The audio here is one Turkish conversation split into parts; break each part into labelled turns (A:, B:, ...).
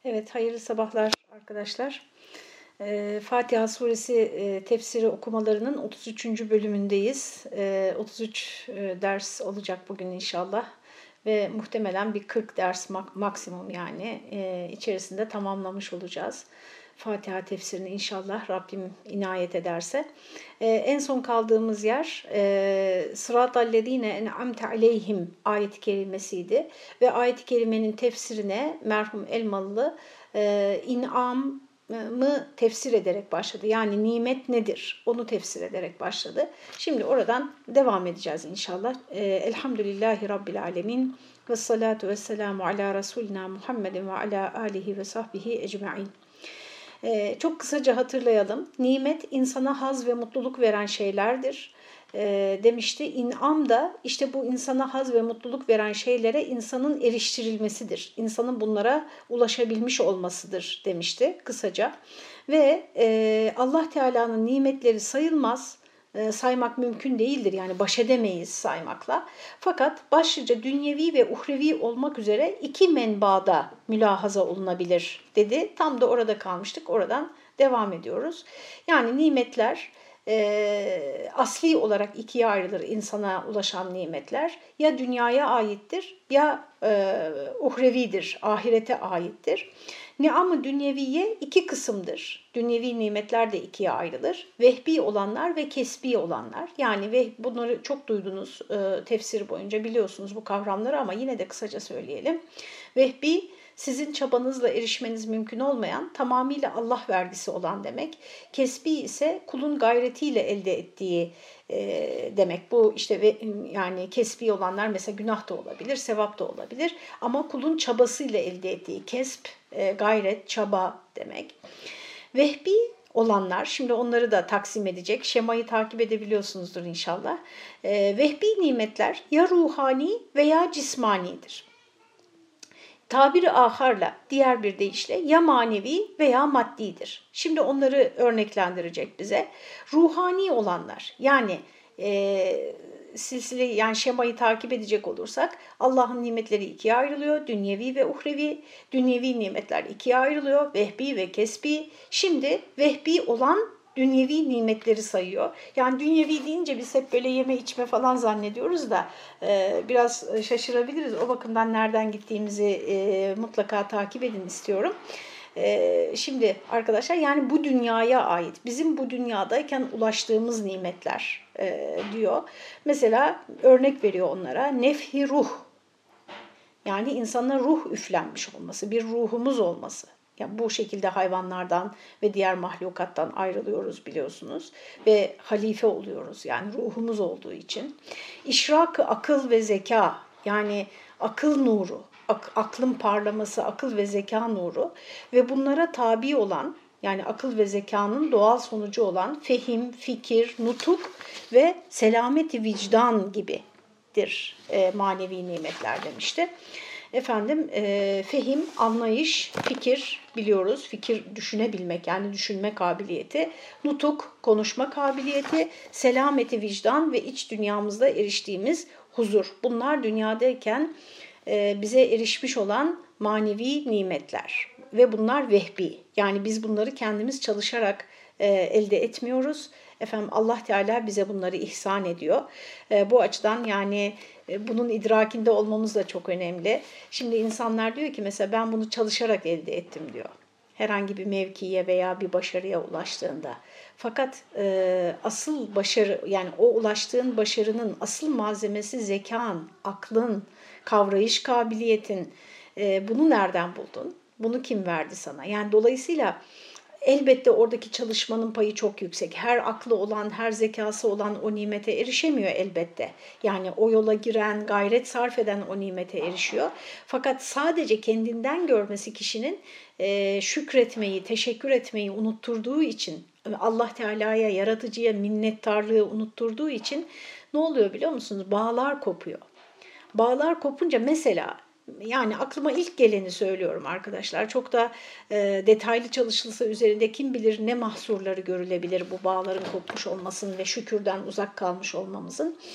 A: Evet, hayırlı sabahlar arkadaşlar. Fatiha Suresi tefsiri okumalarının 33. bölümündeyiz. 33 ders olacak bugün inşallah ve muhtemelen bir 40 ders maksimum yani içerisinde tamamlamış olacağız. Fatiha tefsirini inşallah Rabbim inayet ederse. En son kaldığımız yer Sıratallezine en'amte aleyhim ayet-i kerimesiydi. Ve ayet-i kerimenin tefsirine merhum Elmalılı in'amı tefsir ederek başladı. Yani nimet nedir? Onu tefsir ederek başladı. Şimdi oradan devam edeceğiz inşallah. Elhamdülillahi Rabbil Alemin ve salatu ve selamu ala Resulina Muhammedin ve ala alihi ve sahbihi ecma'in. Çok kısaca hatırlayalım. Nimet insana haz ve mutluluk veren şeylerdir demişti. İn'am da işte bu insana haz ve mutluluk veren şeylere insanın eriştirilmesidir. İnsanın bunlara ulaşabilmiş olmasıdır demişti kısaca. Ve Allah Teala'nın nimetleri sayılmaz. Saymak mümkün değildir. Yani baş edemeyiz saymakla. Fakat başlıca dünyevi ve uhrevi olmak üzere iki menbaada mülahaza olunabilir dedi. Tam da orada kalmıştık. Oradan devam ediyoruz. Yani nimetler asli olarak ikiye ayrılır insana ulaşan nimetler. Ya dünyaya aittir ya uhrevidir, ahirete aittir. Ni'am-ı dünyeviye iki kısımdır. Dünyevi nimetler de ikiye ayrılır. Vehbi olanlar ve kesbi olanlar. Yani bunları çok duydunuz tefsir boyunca biliyorsunuz bu kavramları ama yine de kısaca söyleyelim. Vehbi sizin çabanızla erişmeniz mümkün olmayan tamamıyla Allah vergisi olan demek. Kesbi ise kulun gayretiyle elde ettiği demek. Bu işte yani kesbi olanlar mesela günah da olabilir, sevap da olabilir ama kulun çabasıyla elde ettiği kesp, gayret, çaba demek. Vehbi olanlar, şimdi onları da taksim edecek. Şemayı takip edebiliyorsunuzdur inşallah. Vehbi nimetler ya ruhani veya cismanidir. Tabiri aharla, diğer bir deyişle ya manevi veya maddidir. Şimdi onları örneklendirecek bize. Ruhani olanlar yani silsile yani şemayı takip edecek olursak Allah'ın nimetleri ikiye ayrılıyor. Dünyevi ve uhrevi. Dünyevi nimetler ikiye ayrılıyor. Vehbi ve kesbi. Şimdi vehbi olan dünyevi nimetleri sayıyor. Yani dünyevi deyince biz hep böyle yeme içme falan zannediyoruz da biraz şaşırabiliriz. O bakımdan nereden gittiğimizi mutlaka takip edin istiyorum. Şimdi arkadaşlar yani bu dünyaya ait, bizim bu dünyadayken ulaştığımız nimetler diyor. Mesela örnek veriyor onlara nefhi ruh. Yani insana ruh üflenmiş olması, bir ruhumuz olması. Yani bu şekilde hayvanlardan ve diğer mahlukattan ayrılıyoruz biliyorsunuz ve halife oluyoruz yani ruhumuz olduğu için. İşrak-ı akıl ve zeka yani akıl nuru, aklın parlaması, akıl ve zeka nuru ve bunlara tabi olan yani akıl ve zekanın doğal sonucu olan fehim, fikir, nutuk ve selameti vicdan gibidir manevi nimetler demişti. Efendim fehim, anlayış, fikir biliyoruz. Fikir düşünebilmek yani düşünme kabiliyeti. Nutuk, konuşma kabiliyeti, selameti vicdan ve iç dünyamızda eriştiğimiz huzur. Bunlar dünyadayken bize erişmiş olan manevi nimetler. Ve bunlar vehbi. Yani biz bunları kendimiz çalışarak elde etmiyoruz. Efendim Allah Teala bize bunları ihsan ediyor. Bu açıdan yani bunun idrakinde olmamız da çok önemli. Şimdi insanlar diyor ki mesela ben bunu çalışarak elde ettim diyor. Herhangi bir mevkiye veya bir başarıya ulaştığında. Fakat asıl başarı yani o ulaştığın başarının asıl malzemesi zekan, aklın, kavrayış kabiliyetin. Bunu nereden buldun? Bunu kim verdi sana? Yani dolayısıyla elbette oradaki çalışmanın payı çok yüksek. Her aklı olan, her zekası olan o nimete erişemiyor elbette. Yani o yola giren, gayret sarf eden o nimete erişiyor. Fakat sadece kendinden görmesi kişinin şükretmeyi, teşekkür etmeyi unutturduğu için, Allah Teala'ya, yaratıcıya minnettarlığı unutturduğu için ne oluyor biliyor musunuz? Bağlar kopuyor. Bağlar kopunca mesela yani aklıma ilk geleni söylüyorum arkadaşlar. Çok da detaylı çalışılsa üzerinde kim bilir ne mahsurları görülebilir bu bağların kopmuş olmasının ve şükürden uzak kalmış olmamızın.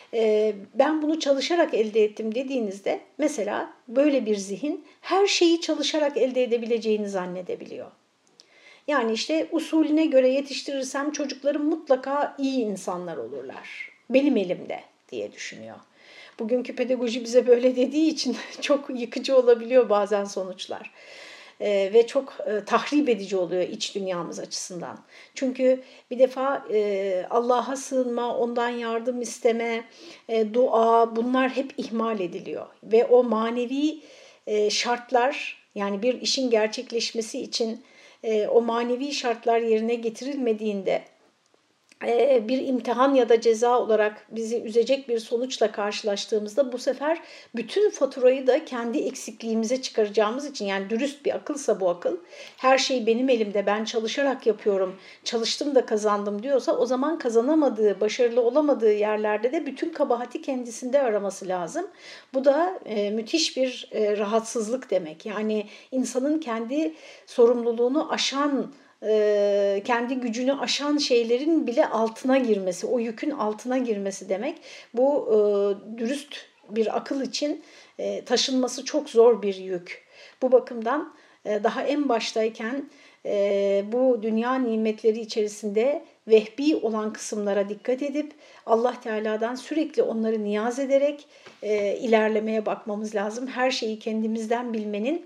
A: Ben bunu çalışarak elde ettim dediğinizde mesela böyle bir zihin her şeyi çalışarak elde edebileceğini zannedebiliyor. Yani işte usulüne göre yetiştirirsem çocuklarım mutlaka iyi insanlar olurlar. Benim elimde diye düşünüyor. Bugünkü pedagoji bize böyle dediği için çok yıkıcı olabiliyor bazen sonuçlar. Ve çok tahrip edici oluyor iç dünyamız açısından. Çünkü bir defa Allah'a sığınma, ondan yardım isteme, dua bunlar hep ihmal ediliyor. Ve o manevi şartlar yani bir işin gerçekleşmesi için o manevi şartlar yerine getirilmediğinde bir imtihan ya da ceza olarak bizi üzecek bir sonuçla karşılaştığımızda bu sefer bütün faturayı da kendi eksikliğimize çıkaracağımız için yani dürüst bir akılsa bu akıl her şey benim elimde ben çalışarak yapıyorum çalıştım da kazandım diyorsa o zaman kazanamadığı başarılı olamadığı yerlerde de bütün kabahati kendisinde araması lazım. Bu da müthiş bir rahatsızlık demek yani insanın kendi sorumluluğunu aşan kendi gücünü aşan şeylerin bile altına girmesi, o yükün altına girmesi demek. Bu dürüst bir akıl için taşınması çok zor bir yük. Bu bakımdan daha en baştayken bu dünya nimetleri içerisinde vehbi olan kısımlara dikkat edip Allah Teala'dan sürekli onları niyaz ederek ilerlemeye bakmamız lazım. Her şeyi kendimizden bilmenin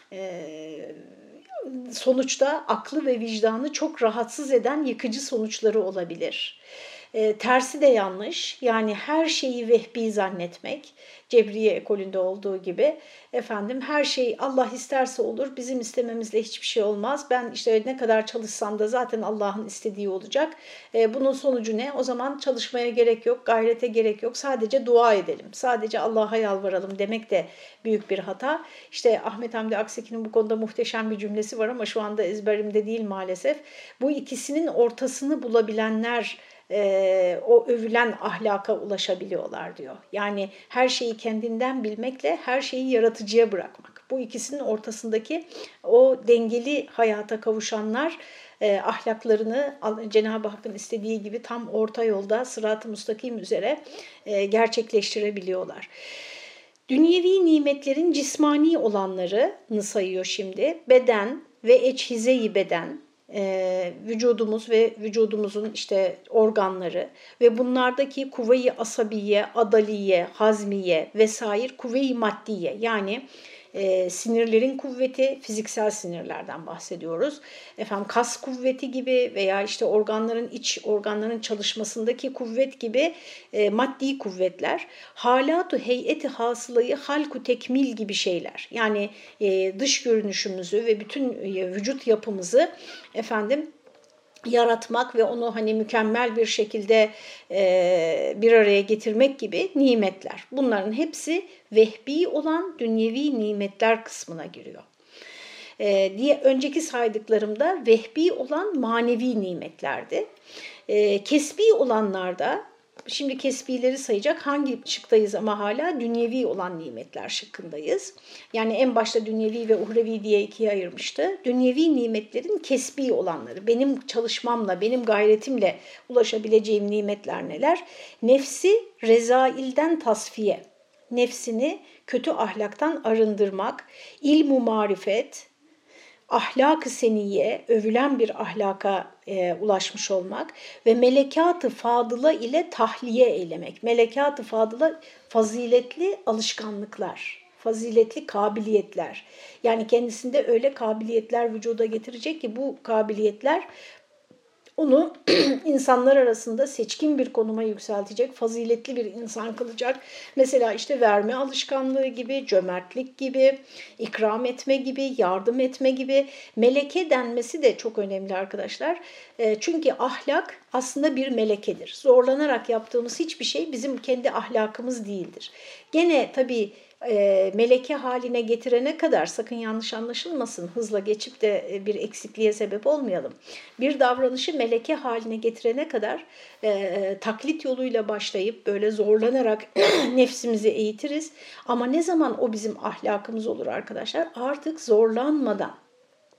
A: sonuçta aklı ve vicdanı çok rahatsız eden yıkıcı sonuçları olabilir. Tersi de yanlış. Yani her şeyi vehbi zannetmek, Cebriye ekolünde olduğu gibi her şey Allah isterse olur, bizim istememizle hiçbir şey olmaz. Ben işte ne kadar çalışsam da zaten Allah'ın istediği olacak. Bunun sonucu ne? O zaman çalışmaya gerek yok, gayrete gerek yok. Sadece dua edelim, sadece Allah'a yalvaralım demek de büyük bir hata. İşte Ahmet Hamdi Akseki'nin bu konuda muhteşem bir cümlesi var ama şu anda ezberimde değil maalesef. Bu ikisinin ortasını bulabilenler o övülen ahlaka ulaşabiliyorlar diyor. Yani her şeyi kendinden bilmekle her şeyi yaratıcıya bırakmak. Bu ikisinin ortasındaki o dengeli hayata kavuşanlar ahlaklarını Cenab-ı Hakk'ın istediği gibi tam orta yolda sırat-ı müstakim üzere gerçekleştirebiliyorlar. Dünyevi nimetlerin cismani olanlarını sayıyor şimdi. Beden ve eçhize-i beden, vücudumuz ve vücudumuzun işte organları ve bunlardaki kuvve-i asabiye, adaliye, hazmiye vesaire kuvve-i maddiye yani sinirlerin kuvveti, fiziksel sinirlerden bahsediyoruz. Kas kuvveti gibi veya işte iç organların çalışmasındaki kuvvet gibi maddi kuvvetler. Halatu heyeti hasılayı halku tekmil gibi şeyler. Yani dış görünüşümüzü ve bütün vücut yapımızı yaratmak ve onu mükemmel bir şekilde bir araya getirmek gibi nimetler. Bunların hepsi vehbi olan dünyevi nimetler kısmına giriyor. Önceki saydıklarımda vehbi olan manevi nimetlerdi. Kesbi olanlarda şimdi kesbileri sayacak hangi şıktayız ama hala dünyevi olan nimetler şıkkındayız. Yani en başta dünyevi ve uhrevi diye ikiye ayırmıştı. Dünyevi nimetlerin kesbi olanları, benim çalışmamla, benim gayretimle ulaşabileceğim nimetler neler? Nefsi rezailden tasfiye, nefsini kötü ahlaktan arındırmak, ilmu marifet, ahlak-ı seniye, övülen bir ahlaka ulaşmış olmak ve melekat-ı fadıla ile tahliye eylemek. Melekat-ı fadıla faziletli alışkanlıklar, faziletli kabiliyetler. Yani kendisinde öyle kabiliyetler vücuda getirecek ki bu kabiliyetler onu insanlar arasında seçkin bir konuma yükseltecek, faziletli bir insan kılacak. Mesela işte verme alışkanlığı gibi, cömertlik gibi, ikram etme gibi, yardım etme gibi. Meleke denmesi de çok önemli arkadaşlar. Çünkü ahlak aslında bir melekedir. Zorlanarak yaptığımız hiçbir şey bizim kendi ahlakımız değildir. Gene tabii meleke haline getirene kadar sakın yanlış anlaşılmasın, hızla geçip de bir eksikliğe sebep olmayalım. Bir davranışı meleke haline getirene kadar taklit yoluyla başlayıp böyle zorlanarak nefsimizi eğitiriz. Ama ne zaman o bizim ahlakımız olur arkadaşlar? Artık zorlanmadan,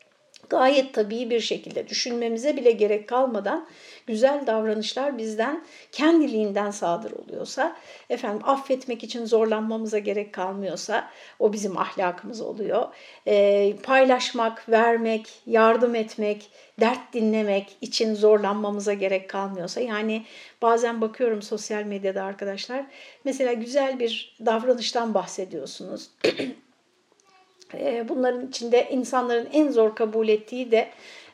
A: Gayet tabii bir şekilde düşünmemize bile gerek kalmadan güzel davranışlar bizden kendiliğinden sadır oluyorsa, affetmek için zorlanmamıza gerek kalmıyorsa o bizim ahlakımız oluyor. Paylaşmak, vermek, yardım etmek, dert dinlemek için zorlanmamıza gerek kalmıyorsa, yani bazen bakıyorum sosyal medyada arkadaşlar, mesela güzel bir davranıştan bahsediyorsunuz. Bunların içinde insanların en zor kabul ettiği de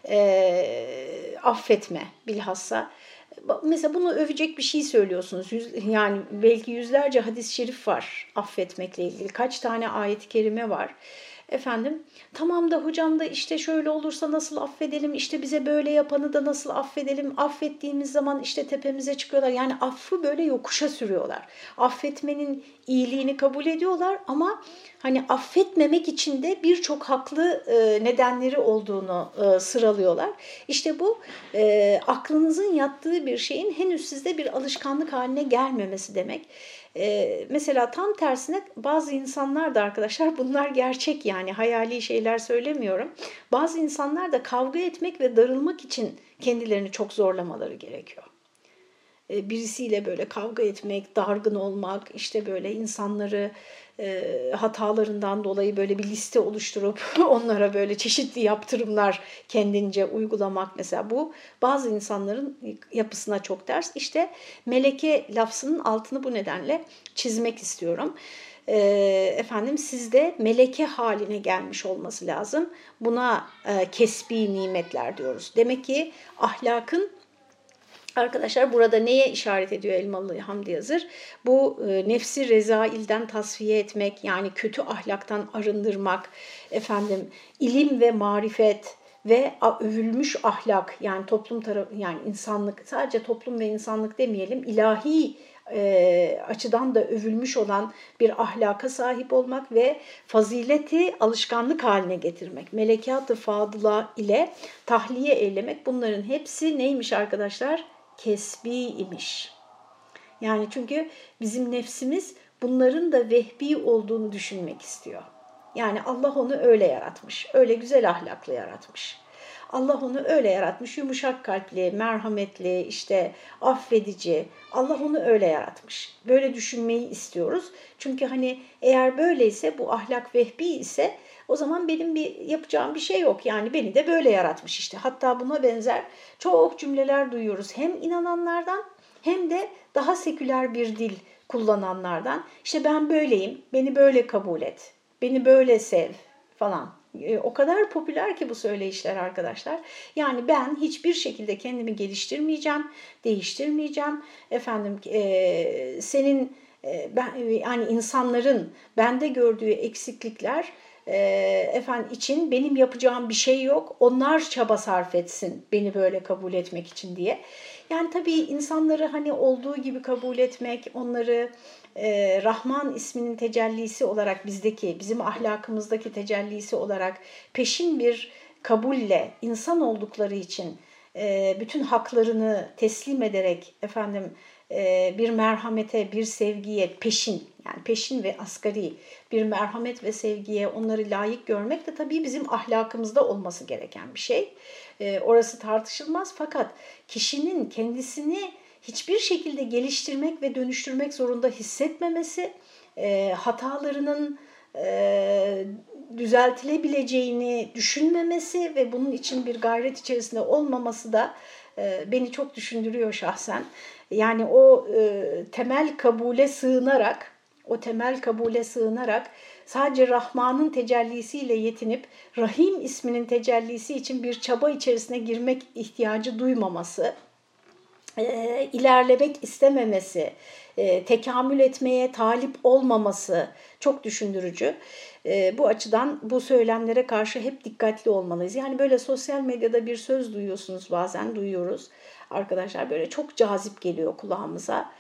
A: affetme bilhassa. Mesela bunu övecek bir şey söylüyorsunuz. Yani belki yüzlerce hadis-i şerif var affetmekle ilgili. Kaç tane ayet-i kerime var. Tamam da hocam da işte şöyle olursa nasıl affedelim, işte bize böyle yapanı da nasıl affedelim, affettiğimiz zaman işte tepemize çıkıyorlar. Yani affı böyle yokuşa sürüyorlar. Affetmenin iyiliğini kabul ediyorlar ama hani affetmemek için de birçok haklı nedenleri olduğunu sıralıyorlar. İşte bu aklınızın yattığı bir şeyin henüz sizde bir alışkanlık haline gelmemesi demek. Mesela tam tersine bazı insanlar da arkadaşlar, bunlar gerçek yani hayali şeyler söylemiyorum. Bazı insanlar da kavga etmek ve darılmak için kendilerini çok zorlamaları gerekiyor. Birisiyle böyle kavga etmek, dargın olmak, işte böyle insanları hatalarından dolayı böyle bir liste oluşturup onlara böyle çeşitli yaptırımlar kendince uygulamak, mesela bu bazı insanların yapısına çok ters. İşte meleke lafzının altını bu nedenle çizmek istiyorum. Sizde meleke haline gelmiş olması lazım. Buna kesbi nimetler diyoruz. Demek ki ahlakın, arkadaşlar, burada neye işaret ediyor Elmalı Hamdi Yazır? Bu nefsi rezailden tasfiye etmek, yani kötü ahlaktan arındırmak, ilim ve marifet ve övülmüş ahlak, yani toplum tarafı, yani insanlık, sadece toplum ve insanlık demeyelim, ilahi açıdan da övülmüş olan bir ahlaka sahip olmak ve fazileti alışkanlık haline getirmek, melekat-ı fadıla ile tahliye eylemek, bunların hepsi neymiş arkadaşlar? Kesbi imiş. Yani çünkü bizim nefsimiz bunların da vehbi olduğunu düşünmek istiyor. Yani Allah onu öyle yaratmış, öyle güzel ahlaklı yaratmış. Allah onu öyle yaratmış, yumuşak kalpli, merhametli, işte affedici. Allah onu öyle yaratmış. Böyle düşünmeyi istiyoruz. Çünkü hani eğer böyleyse, bu ahlak vehbi ise, o zaman benim yapacağım bir şey yok. Yani beni de böyle yaratmış işte. Hatta buna benzer çok cümleler duyuyoruz. Hem inananlardan hem de daha seküler bir dil kullananlardan. İşte ben böyleyim, beni böyle kabul et, beni böyle sev falan. O kadar popüler ki bu söyleyişler arkadaşlar. Yani ben hiçbir şekilde kendimi geliştirmeyeceğim, değiştirmeyeceğim. Senin yani insanların bende gördüğü eksiklikler için benim yapacağım bir şey yok. Onlar çaba sarf etsin beni böyle kabul etmek için diye. Yani tabii insanları hani olduğu gibi kabul etmek, onları Rahman isminin tecellisi olarak bizim ahlakımızdaki tecellisi olarak peşin bir kabulle insan oldukları için bütün haklarını teslim ederek bir merhamete, bir sevgiye yani peşin ve asgari bir merhamet ve sevgiye onları layık görmek de tabii bizim ahlakımızda olması gereken bir şey. Orası tartışılmaz, fakat kişinin kendisini hiçbir şekilde geliştirmek ve dönüştürmek zorunda hissetmemesi, hatalarının düzeltilebileceğini düşünmemesi ve bunun için bir gayret içerisinde olmaması da beni çok düşündürüyor şahsen. Yani o temel kabule sığınarak sadece Rahman'ın tecellisiyle yetinip Rahim isminin tecellisi için bir çaba içerisine girmek ihtiyacı duymaması, ilerlemek istememesi, tekamül etmeye talip olmaması çok düşündürücü. Bu açıdan bu söylemlere karşı hep dikkatli olmalıyız. Yani böyle sosyal medyada bir söz duyuyorsunuz, bazen duyuyoruz arkadaşlar, böyle çok cazip geliyor kulağımıza.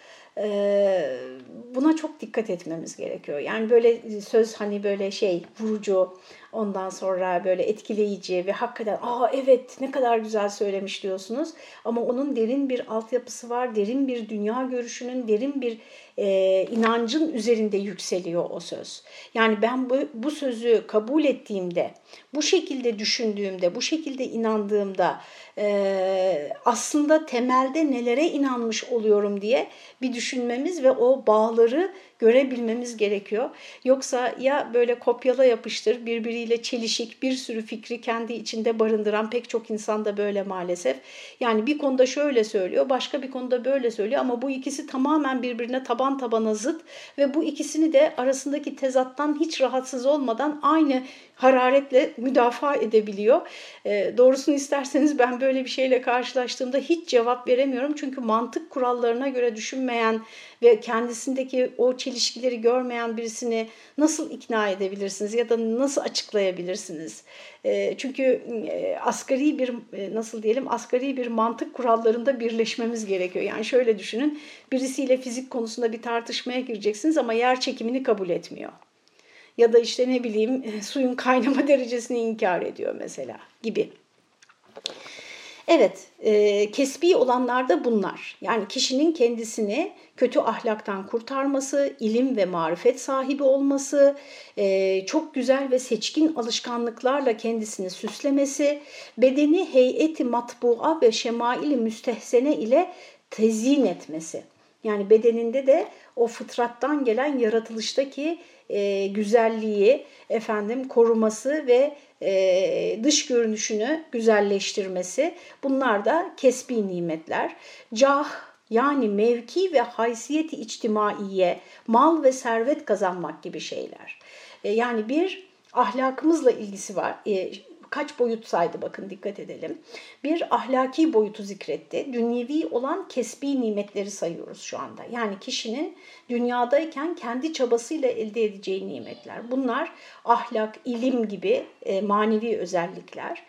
A: Buna çok dikkat etmemiz gerekiyor. Yani böyle söz hani böyle vurucu, Ondan sonra böyle etkileyici ve hakikaten evet ne kadar güzel söylemiş diyorsunuz. Ama onun derin bir altyapısı var, derin bir dünya görüşünün, derin bir inancın üzerinde yükseliyor o söz. Yani ben bu sözü kabul ettiğimde, bu şekilde düşündüğümde, bu şekilde inandığımda aslında temelde nelere inanmış oluyorum diye bir düşünmemiz ve o bağları görebilmemiz gerekiyor. Yoksa ya böyle kopyala yapıştır, birbiriyle çelişik bir sürü fikri kendi içinde barındıran pek çok insan da böyle maalesef. Yani bir konuda şöyle söylüyor, başka bir konuda böyle söylüyor ama bu ikisi tamamen birbirine taban tabana zıt ve bu ikisini de arasındaki tezattan hiç rahatsız olmadan aynı hararetle müdafaa edebiliyor. Doğrusunu isterseniz ben böyle bir şeyle karşılaştığımda hiç cevap veremiyorum. Çünkü mantık kurallarına göre düşünmeyen ve kendisindeki o çelişkileri görmeyen birisini nasıl ikna edebilirsiniz ya da nasıl açıklayabilirsiniz? Çünkü asgari bir asgari bir mantık kurallarında birleşmemiz gerekiyor. Yani şöyle düşünün, birisiyle fizik konusunda bir tartışmaya gireceksiniz ama yer çekimini kabul etmiyor. Ya da işte ne bileyim suyun kaynama derecesini inkar ediyor mesela gibi. Evet, kesbi olanlar da bunlar. Yani kişinin kendisini kötü ahlaktan kurtarması, ilim ve marifet sahibi olması, çok güzel ve seçkin alışkanlıklarla kendisini süslemesi, bedeni heyeti matbua ve şemaili müstehsene ile tezyin etmesi. Yani bedeninde de o fıtrattan gelen yaratılıştaki güzelliği koruması ve dış görünüşünü güzelleştirmesi, bunlar da kesbi nimetler. Cah yani mevki ve haysiyeti içtimaiye, mal ve servet kazanmak gibi şeyler. Yani bir ahlakımızla ilgisi var. Kaç boyut saydı bakın, dikkat edelim. Bir ahlaki boyutu zikretti. Dünyevi olan kesbi nimetleri sayıyoruz şu anda. Yani kişinin dünyadayken kendi çabasıyla elde edeceği nimetler. Bunlar ahlak, ilim gibi manevi özellikler.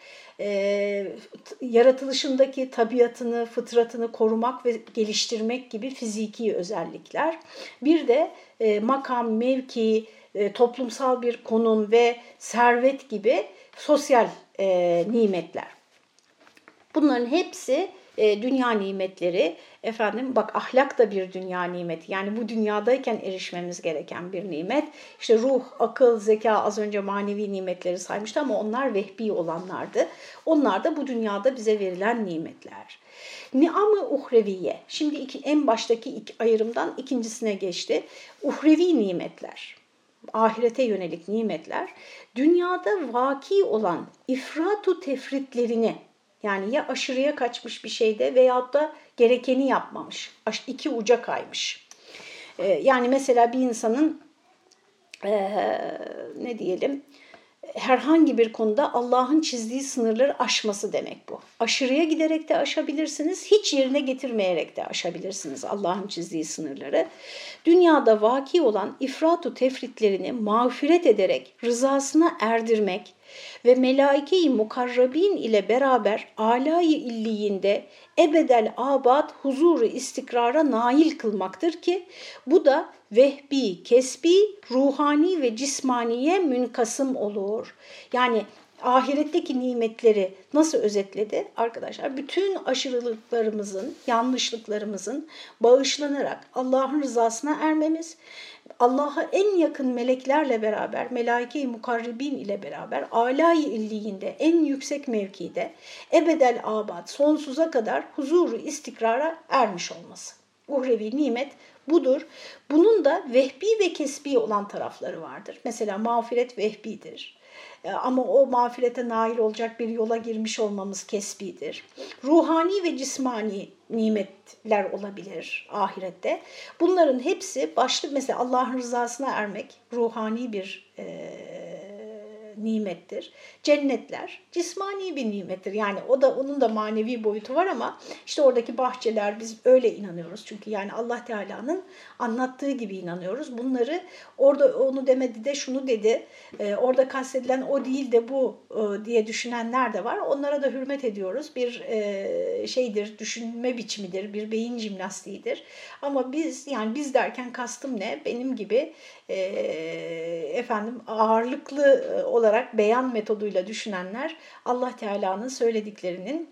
A: Yaratılışındaki tabiatını, fıtratını korumak ve geliştirmek gibi fiziki özellikler. Bir de makam, mevki, toplumsal bir konum ve servet gibi sosyal nimetler. Bunların hepsi dünya nimetleri. Bak ahlak da bir dünya nimeti. Yani bu dünyadayken erişmemiz gereken bir nimet. İşte ruh, akıl, zeka, az önce manevi nimetleri saymıştı ama onlar vehbi olanlardı. Onlar da bu dünyada bize verilen nimetler. Ni'am-ı uhreviye. Şimdi en baştaki ayrımdan ikincisine geçti. Uhrevi nimetler, ahirete yönelik nimetler, dünyada vaki olan ifratu tefritlerini, yani ya aşırıya kaçmış bir şeyde veyahut da gerekeni yapmamış, iki uca kaymış. Yani mesela bir insanın herhangi bir konuda Allah'ın çizdiği sınırları aşması demek bu. Aşırıya giderek de aşabilirsiniz, hiç yerine getirmeyerek de aşabilirsiniz Allah'ın çizdiği sınırları. Dünyada vaki olan ifrat-ı tefritlerini mağfiret ederek rızasına erdirmek ve melaike-i mukarrabin ile beraber âlâ-i illiyinde ebedel abad huzuru istikrara nail kılmaktır ki bu da vehbi, kesbi, ruhani ve cismaniye münkasım olur. Yani ahiretteki nimetleri nasıl özetledi arkadaşlar? Bütün aşırılıklarımızın, yanlışlıklarımızın bağışlanarak Allah'ın rızasına ermemiz, Allah'a en yakın meleklerle beraber, melaike-i mukarribin ile beraber, âlâ-i illiyinde, en yüksek mevkide, ebedel abad, sonsuza kadar huzuru istikrara ermiş olması. Uhrevi nimet budur. Bunun da vehbi ve kesbi olan tarafları vardır. Mesela mağfiret vehbidir. Ama o mağfirete nail olacak bir yola girmiş olmamız kesbidir. Ruhani ve cismani nimetler olabilir ahirette. Bunların hepsi mesela Allah'ın rızasına ermek ruhani bir nimettir. Cennetler cismani bir nimettir. Yani onun da manevi boyutu var ama işte oradaki bahçeler, biz öyle inanıyoruz. Çünkü yani Allah Teala'nın anlattığı gibi inanıyoruz. Bunları orada onu demedi de şunu dedi, orada kastedilen o değil de bu diye düşünenler de var. Onlara da hürmet ediyoruz. Bir düşünme biçimidir, bir beyin jimnastiğidir. Ama biz derken kastım ne? Benim gibi ağırlıklı olarak beyan metoduyla düşünenler Allah Teala'nın söylediklerinin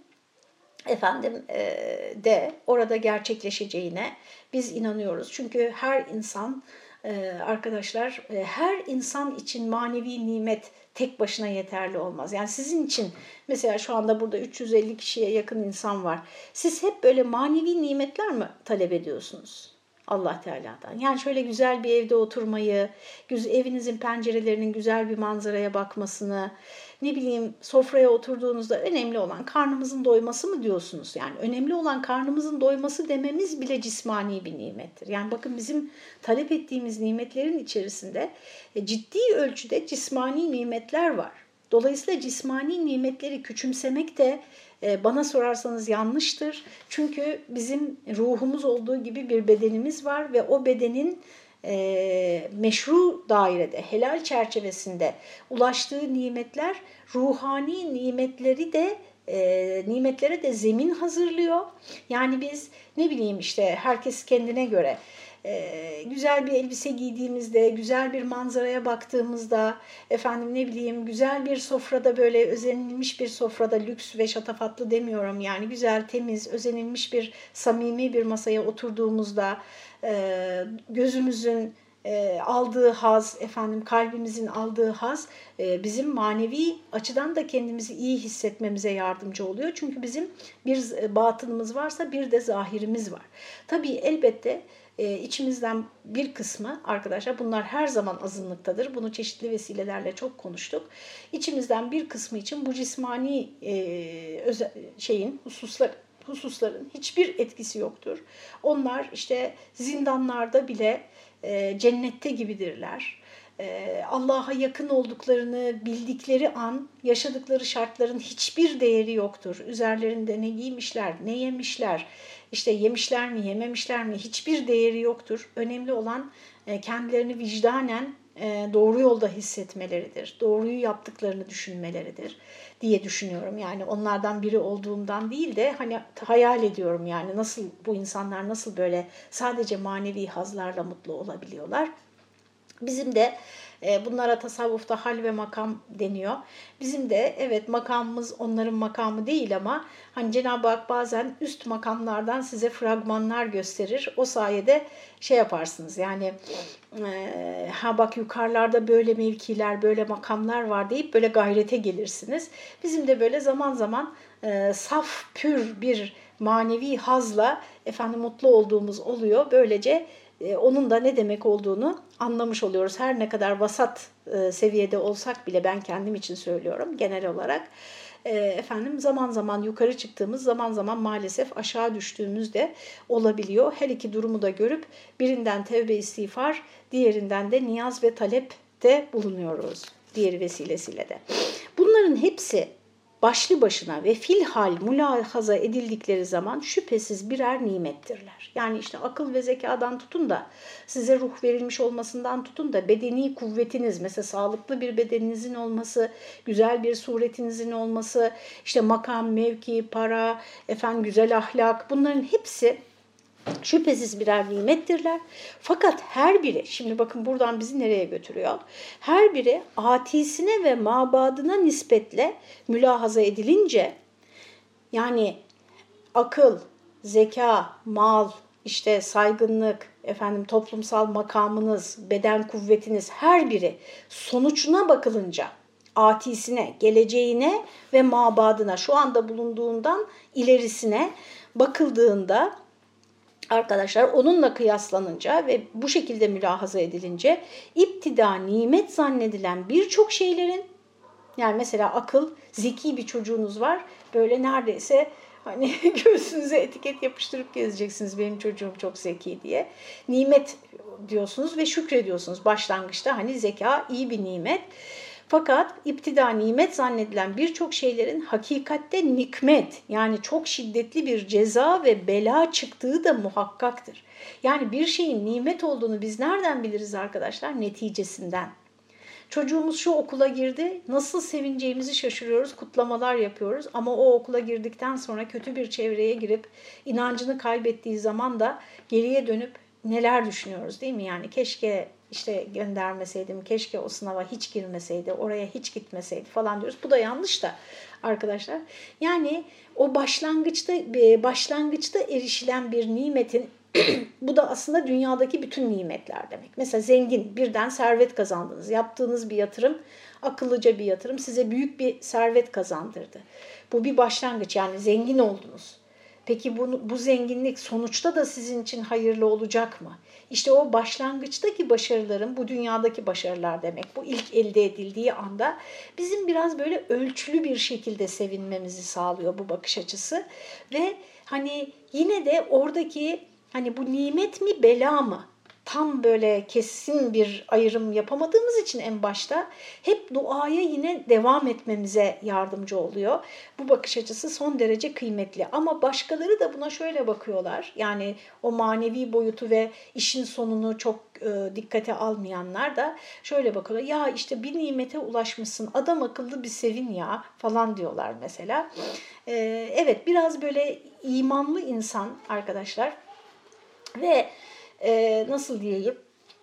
A: de orada gerçekleşeceğine biz inanıyoruz. Çünkü her insan arkadaşlar, her insan için manevi nimet tek başına yeterli olmaz. Yani sizin için mesela şu anda burada 350 kişiye yakın insan var. Siz hep böyle manevi nimetler mi talep ediyorsunuz Allah Teala'dan? Yani şöyle güzel bir evde oturmayı, evinizin pencerelerinin güzel bir manzaraya bakmasını, ne bileyim sofraya oturduğunuzda önemli olan karnımızın doyması mı diyorsunuz? Yani önemli olan karnımızın doyması dememiz bile cismani bir nimettir. Yani bakın bizim talep ettiğimiz nimetlerin içerisinde ciddi ölçüde cismani nimetler var. Dolayısıyla cismani nimetleri küçümsemek de bana sorarsanız yanlıştır. Çünkü bizim ruhumuz olduğu gibi bir bedenimiz var ve o bedenin meşru dairede, helal çerçevesinde ulaştığı nimetler ruhani nimetlere de zemin hazırlıyor. Yani biz ne bileyim işte herkes kendine göre güzel bir elbise giydiğimizde, güzel bir manzaraya baktığımızda, ne bileyim güzel bir sofrada, böyle özenilmiş bir sofrada, lüks ve şatafatlı demiyorum yani, güzel, temiz, özenilmiş bir samimi bir masaya oturduğumuzda gözümüzün aldığı haz, kalbimizin aldığı haz bizim manevi açıdan da kendimizi iyi hissetmemize yardımcı oluyor. Çünkü bizim bir batınımız varsa bir de zahirimiz var. Tabii elbette içimizden bir kısmı arkadaşlar, bunlar her zaman azınlıktadır. Bunu çeşitli vesilelerle çok konuştuk. İçimizden bir kısmı için bu cismani hususların hiçbir etkisi yoktur. Onlar işte zindanlarda bile cennette gibidirler. Allah'a yakın olduklarını bildikleri an yaşadıkları şartların hiçbir değeri yoktur. Üzerlerinde ne giymişler, ne yemişler, işte yemişler mi, yememişler mi, hiçbir değeri yoktur. Önemli olan kendilerini vicdanen doğru yolda hissetmeleridir. Doğruyu yaptıklarını düşünmeleridir diye düşünüyorum. Yani onlardan biri olduğumdan değil de hani hayal ediyorum, yani nasıl bu insanlar nasıl böyle sadece manevi hazlarla mutlu olabiliyorlar. Bizim de bunlara tasavvufta hal ve makam deniyor. Bizim de evet makamımız onların makamı değil ama hani Cenab-ı Hak bazen üst makamlardan size fragmanlar gösterir. O sayede yaparsınız yani ha bak yukarılarda böyle mevkiler, böyle makamlar var deyip böyle gayrete gelirsiniz. Bizim de böyle zaman zaman saf pür bir manevi hazla mutlu olduğumuz oluyor. Böylece onun da ne demek olduğunu anlamış oluyoruz. Her ne kadar vasat seviyede olsak bile, ben kendim için söylüyorum genel olarak, zaman zaman yukarı çıktığımız, zaman zaman maalesef aşağı düştüğümüz de olabiliyor. Her iki durumu da görüp birinden tevbe istiğfar, diğerinden de niyaz ve talepte bulunuyoruz. Diğeri vesilesiyle de. Bunların hepsi başlı başına ve filhal mülahaza edildikleri zaman şüphesiz birer nimettirler. Yani işte akıl ve zekadan tutun da size ruh verilmiş olmasından tutun da bedeni kuvvetiniz, mesela sağlıklı bir bedeninizin olması, güzel bir suretinizin olması, işte makam, mevki, para, güzel ahlak, bunların hepsi şüphesiz birer nimettirler. Fakat her biri, şimdi bakın buradan bizi nereye götürüyor? Her biri atisine ve mabadına nispetle mülahaza edilince, yani akıl, zeka, mal, işte saygınlık, toplumsal makamınız, beden kuvvetiniz, her biri sonucuna bakılınca, atisine, geleceğine ve mabadına, şu anda bulunduğundan ilerisine bakıldığında arkadaşlar, onunla kıyaslanınca ve bu şekilde mülahaza edilince iptida nimet zannedilen birçok şeylerin, yani mesela akıl, zeki bir çocuğunuz var, böyle neredeyse hani göğsünüze etiket yapıştırıp gezeceksiniz, benim çocuğum çok zeki diye. Nimet diyorsunuz ve şükrediyorsunuz. Başlangıçta hani zeka iyi bir nimet. Fakat iptida nimet zannedilen birçok şeylerin hakikatte nikmet, yani çok şiddetli bir ceza ve bela çıktığı da muhakkaktır. Yani bir şeyin nimet olduğunu biz nereden biliriz arkadaşlar? Neticesinden. Çocuğumuz şu okula girdi, nasıl sevineceğimizi şaşırıyoruz, kutlamalar yapıyoruz. Ama o okula girdikten sonra kötü bir çevreye girip inancını kaybettiği zaman da geriye dönüp neler düşünüyoruz, değil mi? Yani keşke işte göndermeseydim, keşke o sınava hiç girmeseydi, oraya hiç gitmeseydi falan diyoruz. Bu da yanlış da arkadaşlar. Yani o başlangıçta erişilen bir nimetin bu da aslında dünyadaki bütün nimetler demek. Mesela zengin, birden servet kazandınız. Yaptığınız bir yatırım, akıllıca bir yatırım size büyük bir servet kazandırdı. Bu bir başlangıç, yani zengin oldunuz. Peki bu zenginlik sonuçta da sizin için hayırlı olacak mı? İşte o başlangıçtaki başarıların, bu dünyadaki başarılar demek. Bu ilk elde edildiği anda bizim biraz böyle ölçülü bir şekilde sevinmemizi sağlıyor bu bakış açısı. Ve hani yine de oradaki hani bu nimet mi bela mı? Tam böyle kesin bir ayrım yapamadığımız için en başta hep duaya yine devam etmemize yardımcı oluyor. Bu bakış açısı son derece kıymetli, ama başkaları da buna şöyle bakıyorlar. Yani o manevi boyutu ve işin sonunu çok dikkate almayanlar da şöyle bakıyorlar. Ya işte bir nimete ulaşmışsın, adam akıllı bir sevin ya falan diyorlar mesela. Evet, biraz böyle imanlı insan arkadaşlar ve nasıl diyeyim,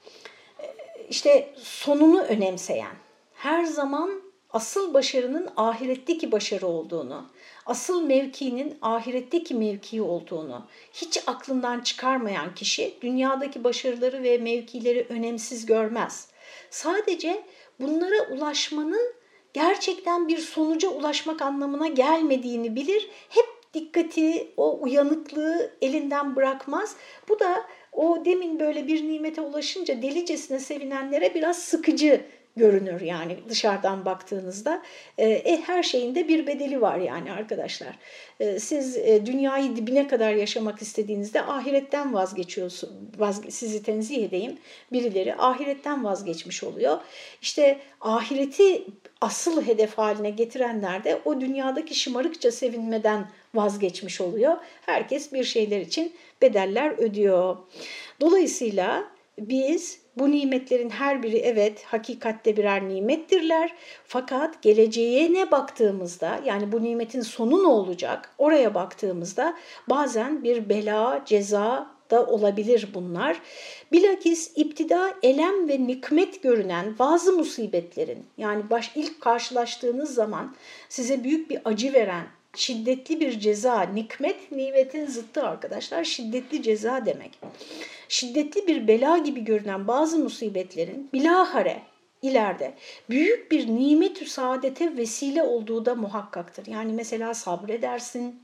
A: işte sonunu önemseyen, her zaman asıl başarının ahiretteki başarı olduğunu, asıl mevkinin ahiretteki mevki olduğunu hiç aklından çıkarmayan kişi dünyadaki başarıları ve mevkileri önemsiz görmez. Sadece bunlara ulaşmanın gerçekten bir sonuca ulaşmak anlamına gelmediğini bilir. Hep dikkati, o uyanıklığı elinden bırakmaz. Bu da o demin böyle bir nimete ulaşınca delicesine sevinenlere biraz sıkıcı görünür yani dışarıdan baktığınızda. Her şeyin de bir bedeli var yani arkadaşlar. Siz dünyayı dibine kadar yaşamak istediğinizde ahiretten vazgeçiyorsunuz. Sizi tenzih edeyim. Birileri ahiretten vazgeçmiş oluyor. İşte ahireti asıl hedef haline getirenler de o dünyadaki şımarıkça sevinmeden vazgeçmiş oluyor. Herkes bir şeyler için bedeller ödüyor. Dolayısıyla biz bu nimetlerin her biri evet hakikatte birer nimettirler. Fakat geleceğe baktığımızda, yani bu nimetin sonu ne olacak oraya baktığımızda bazen bir bela, ceza da olabilir bunlar. Bilakis iptida elem ve nikmet görünen bazı musibetlerin, yani ilk karşılaştığınız zaman size büyük bir acı veren şiddetli bir ceza, nikmet nimetin zıttı arkadaşlar, şiddetli ceza demek. Şiddetli bir bela gibi görünen bazı musibetlerin bilahare ileride büyük bir nimet-ü saadete vesile olduğu da muhakkaktır. Yani mesela sabredersin,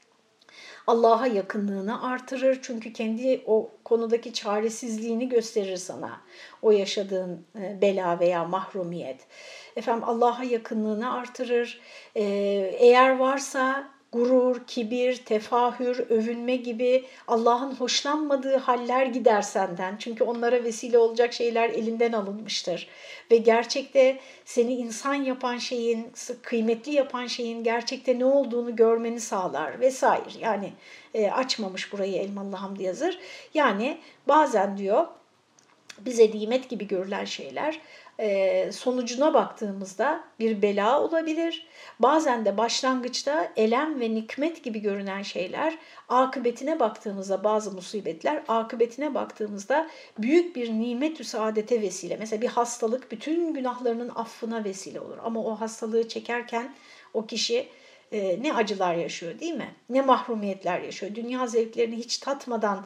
A: Allah'a yakınlığını artırır. Çünkü kendi o konudaki çaresizliğini gösterir sana o yaşadığın bela veya mahrumiyet. Efendim Allah'a yakınlığını artırır. Eğer varsa gurur, kibir, tefahür, övünme gibi Allah'ın hoşlanmadığı haller gider senden. Çünkü onlara vesile olacak şeyler elinden alınmıştır. Ve gerçekte seni insan yapan şeyin, kıymetli yapan şeyin gerçekte ne olduğunu görmeni sağlar vesaire. Yani açmamış burayı Elmalı Hamdi Yazır. Yani bazen diyor bize nimet gibi görülen şeyler sonucuna baktığımızda bir bela olabilir. Bazen de başlangıçta elem ve nikmet gibi görünen şeyler akıbetine baktığımızda, bazı musibetler akıbetine baktığımızda büyük bir nimet-ü saadete vesile. Mesela bir hastalık bütün günahlarının affına vesile olur. Ama o hastalığı çekerken o kişi ne acılar yaşıyor değil mi? Ne mahrumiyetler yaşıyor. Dünya zevklerini hiç tatmadan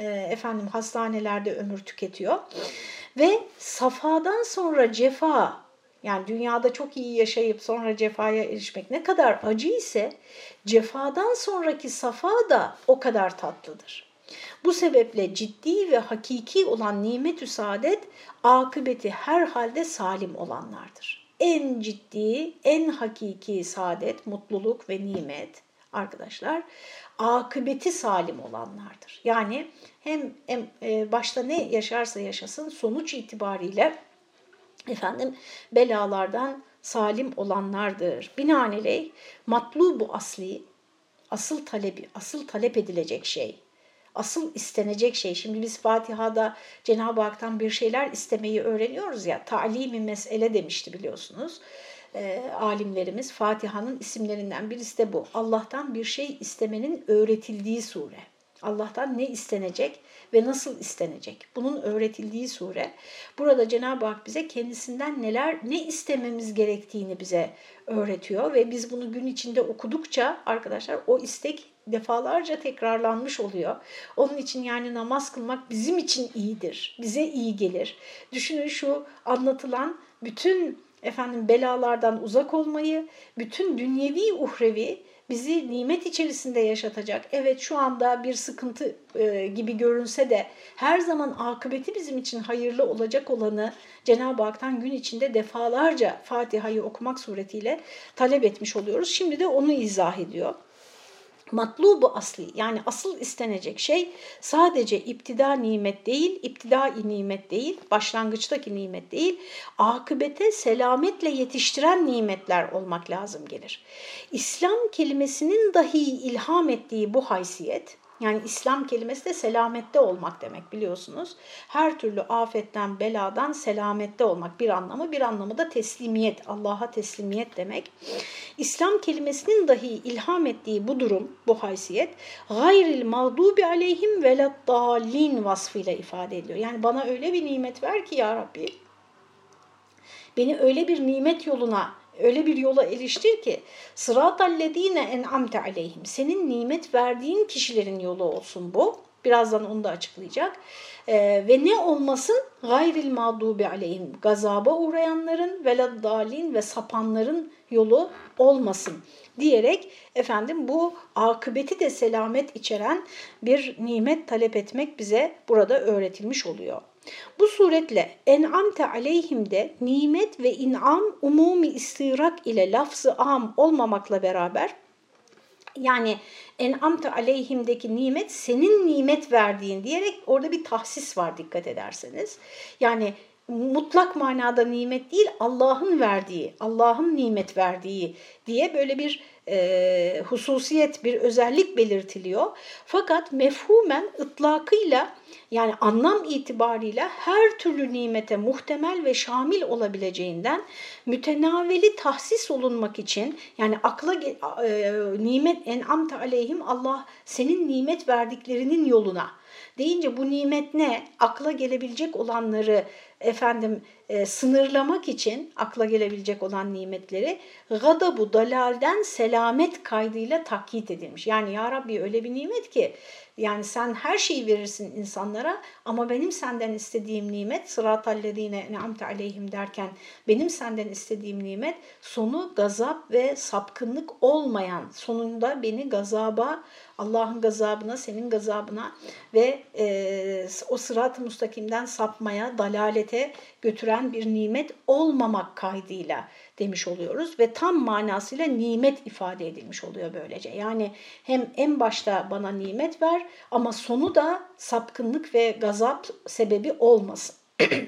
A: hastanelerde ömür tüketiyor. Ve safadan sonra cefa, yani dünyada çok iyi yaşayıp sonra cefaya erişmek ne kadar acı ise cefadan sonraki safa da o kadar tatlıdır. Bu sebeple ciddi ve hakiki olan nimet-ü saadet akıbeti herhalde salim olanlardır. En ciddi, en hakiki saadet, mutluluk ve nimet arkadaşlar akıbeti salim olanlardır. Yani hem başta ne yaşarsa yaşasın sonuç itibariyle belalardan salim olanlardır. Binaenaleyh matlubu asli, asıl talep edilecek şey, asıl istenecek şey. Şimdi biz Fatiha'da Cenab-ı Hak'tan bir şeyler istemeyi öğreniyoruz ya, ta'lim-i mesele demişti biliyorsunuz. Alimlerimiz Fatiha'nın isimlerinden birisi de bu. Allah'tan bir şey istemenin öğretildiği sure. Allah'tan ne istenecek ve nasıl istenecek? Bunun öğretildiği sure. Burada Cenab-ı Hak bize kendisinden ne istememiz gerektiğini bize öğretiyor ve biz bunu gün içinde okudukça arkadaşlar o istek defalarca tekrarlanmış oluyor. Onun için yani namaz kılmak bizim için iyidir, bize iyi gelir. Düşünün şu anlatılan bütün belalardan uzak olmayı, bütün dünyevi uhrevi bizi nimet içerisinde yaşatacak. Evet şu anda bir sıkıntı gibi görünse de her zaman akıbeti bizim için hayırlı olacak olanı Cenab-ı Hak'tan gün içinde defalarca Fatiha'yı okumak suretiyle talep etmiş oluyoruz. Şimdi de onu izah ediyor. Matlubu asli yani asıl istenecek şey sadece iptidai nimet değil, başlangıçtaki nimet değil, akıbete selametle yetiştiren nimetler olmak lazım gelir. İslam kelimesinin dahi ilham ettiği bu haysiyet, yani İslam kelimesi de selamette olmak demek biliyorsunuz. Her türlü afetten, beladan selamette olmak bir anlamı da teslimiyet, Allah'a teslimiyet demek. İslam kelimesinin dahi ilham ettiği bu durum, bu haysiyet, gayril mağdubi aleyhim veleddallin vasfıyla ifade ediliyor. Yani bana öyle bir nimet ver ki ya Rabbi, beni öyle bir nimet yoluna, öyle bir yola eriştir ki sıratallezine en'amte aleyhim. Senin nimet verdiğin kişilerin yolu olsun bu. Birazdan onu da açıklayacak. Ve ne olmasın? Gayril mağdubi aleyhim. Gazaba uğrayanların veleddalin ve sapanların yolu olmasın diyerek bu akıbeti de selamet içeren bir nimet talep etmek bize burada öğretilmiş oluyor. Bu suretle en'amte aleyhimde nimet ve in'am umumi istirak ile lafz-ı am olmamakla beraber yani en'amte aleyhimdeki nimet senin nimet verdiğin diyerek orada bir tahsis var dikkat ederseniz. Yani mutlak manada nimet değil Allah'ın verdiği, Allah'ın nimet verdiği diye böyle bir hususiyet, bir özellik belirtiliyor. Fakat mefhumen ıtlakıyla yani anlam itibarıyla her türlü nimete muhtemel ve şamil olabileceğinden mütenaveli tahsis olunmak için yani akla nimet en'amte aleyhim Allah senin nimet verdiklerinin yoluna deyince bu nimet ne? Akla gelebilecek olanları sınırlamak için akla gelebilecek olan nimetleri gadabu dalalden selamet kaydıyla takyit edilmiş. Yani ya Rabbi öyle bir nimet ki yani sen her şeyi verirsin insanlara ama benim senden istediğim nimet sıratallezine en'amte aleyhim derken benim senden istediğim nimet sonu gazap ve sapkınlık olmayan sonunda beni gazaba Allah'ın gazabına, senin gazabına ve o sırat-ı mustakimden sapmaya, dalalete götüren bir nimet olmamak kaydıyla demiş oluyoruz. Ve tam manasıyla nimet ifade edilmiş oluyor böylece. Yani hem en başta bana nimet ver ama sonu da sapkınlık ve gazap sebebi olmasın.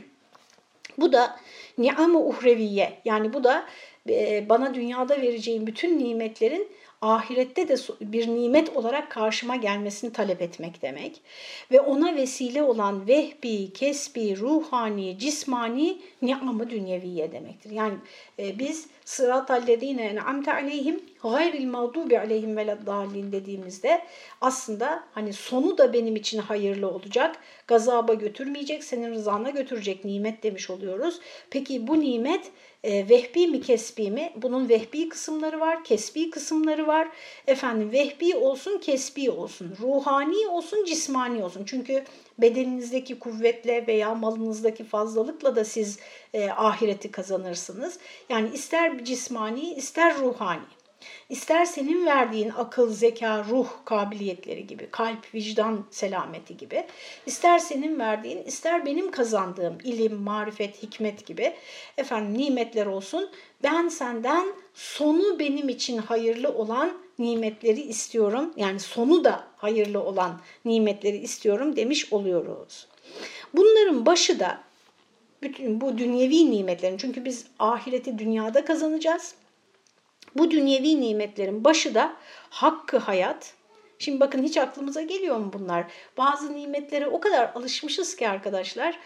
A: Bu da ni'am-ı uhreviye yani bu da bana dünyada vereceğim bütün nimetlerin ahirette de bir nimet olarak karşıma gelmesini talep etmek demek. Ve ona vesile olan vehbi, kesbi, ruhani, cismani ni'am-ı dünyeviye demektir. Yani biz sıratallezine en'amte aleyhim gayril mağdubi aleyhim veleddallin dediğimizde aslında hani sonu da benim için hayırlı olacak, gazaba götürmeyecek, senin rızana götürecek nimet demiş oluyoruz. Peki bu nimet vehbi mi kesbi mi? Bunun vehbi kısımları var, kesbi kısımları var. Vehbi olsun, kesbi olsun, ruhani olsun, cismani olsun. Çünkü bedeninizdeki kuvvetle veya malınızdaki fazlalıkla da siz ahireti kazanırsınız. Yani ister cismani, ister ruhani. İster senin verdiğin akıl, zeka, ruh kabiliyetleri gibi, kalp, vicdan selameti gibi, ister senin verdiğin, ister benim kazandığım ilim, marifet, hikmet gibi nimetler olsun. Ben senden sonu benim için hayırlı olan nimetleri istiyorum. Yani sonu da hayırlı olan nimetleri istiyorum demiş oluyoruz. Bunların başı da bütün bu dünyevi nimetlerin çünkü biz ahireti dünyada kazanacağız. Bu dünyevi nimetlerin başı da hakkı hayat. Şimdi bakın hiç aklımıza geliyor mu bunlar? Bazı nimetlere o kadar alışmışız ki arkadaşlar.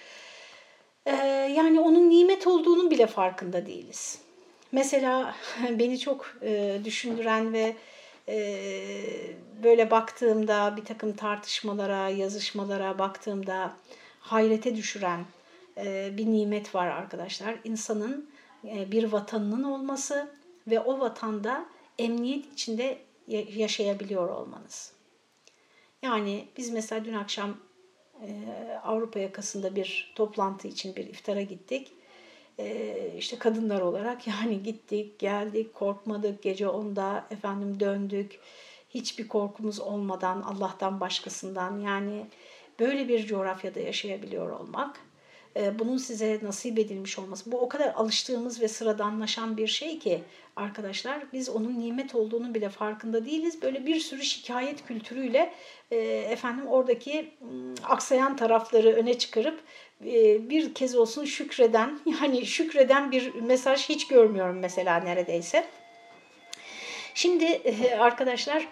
A: Yani onun nimet olduğunun bile farkında değiliz. Mesela beni çok düşündüren ve böyle baktığımda, bir takım tartışmalara, yazışmalara baktığımda hayrete düşüren bir nimet var arkadaşlar. İnsanın bir vatanının olması ve o vatanda emniyet içinde yaşayabiliyor olmanız. Yani biz mesela dün akşam Avrupa yakasında bir toplantı için bir iftara gittik. İşte kadınlar olarak yani gittik, geldik, korkmadık, gece 10'da döndük. Hiçbir korkumuz olmadan Allah'tan başkasından, yani böyle bir coğrafyada yaşayabiliyor olmak, bunun size nasip edilmiş olması, bu o kadar alıştığımız ve sıradanlaşan bir şey ki arkadaşlar, biz onun nimet olduğunu bile farkında değiliz. Böyle bir sürü şikayet kültürüyle oradaki aksayan tarafları öne çıkarıp bir kez olsun şükreden, yani şükreden bir mesaj hiç görmüyorum mesela neredeyse. Şimdi arkadaşlar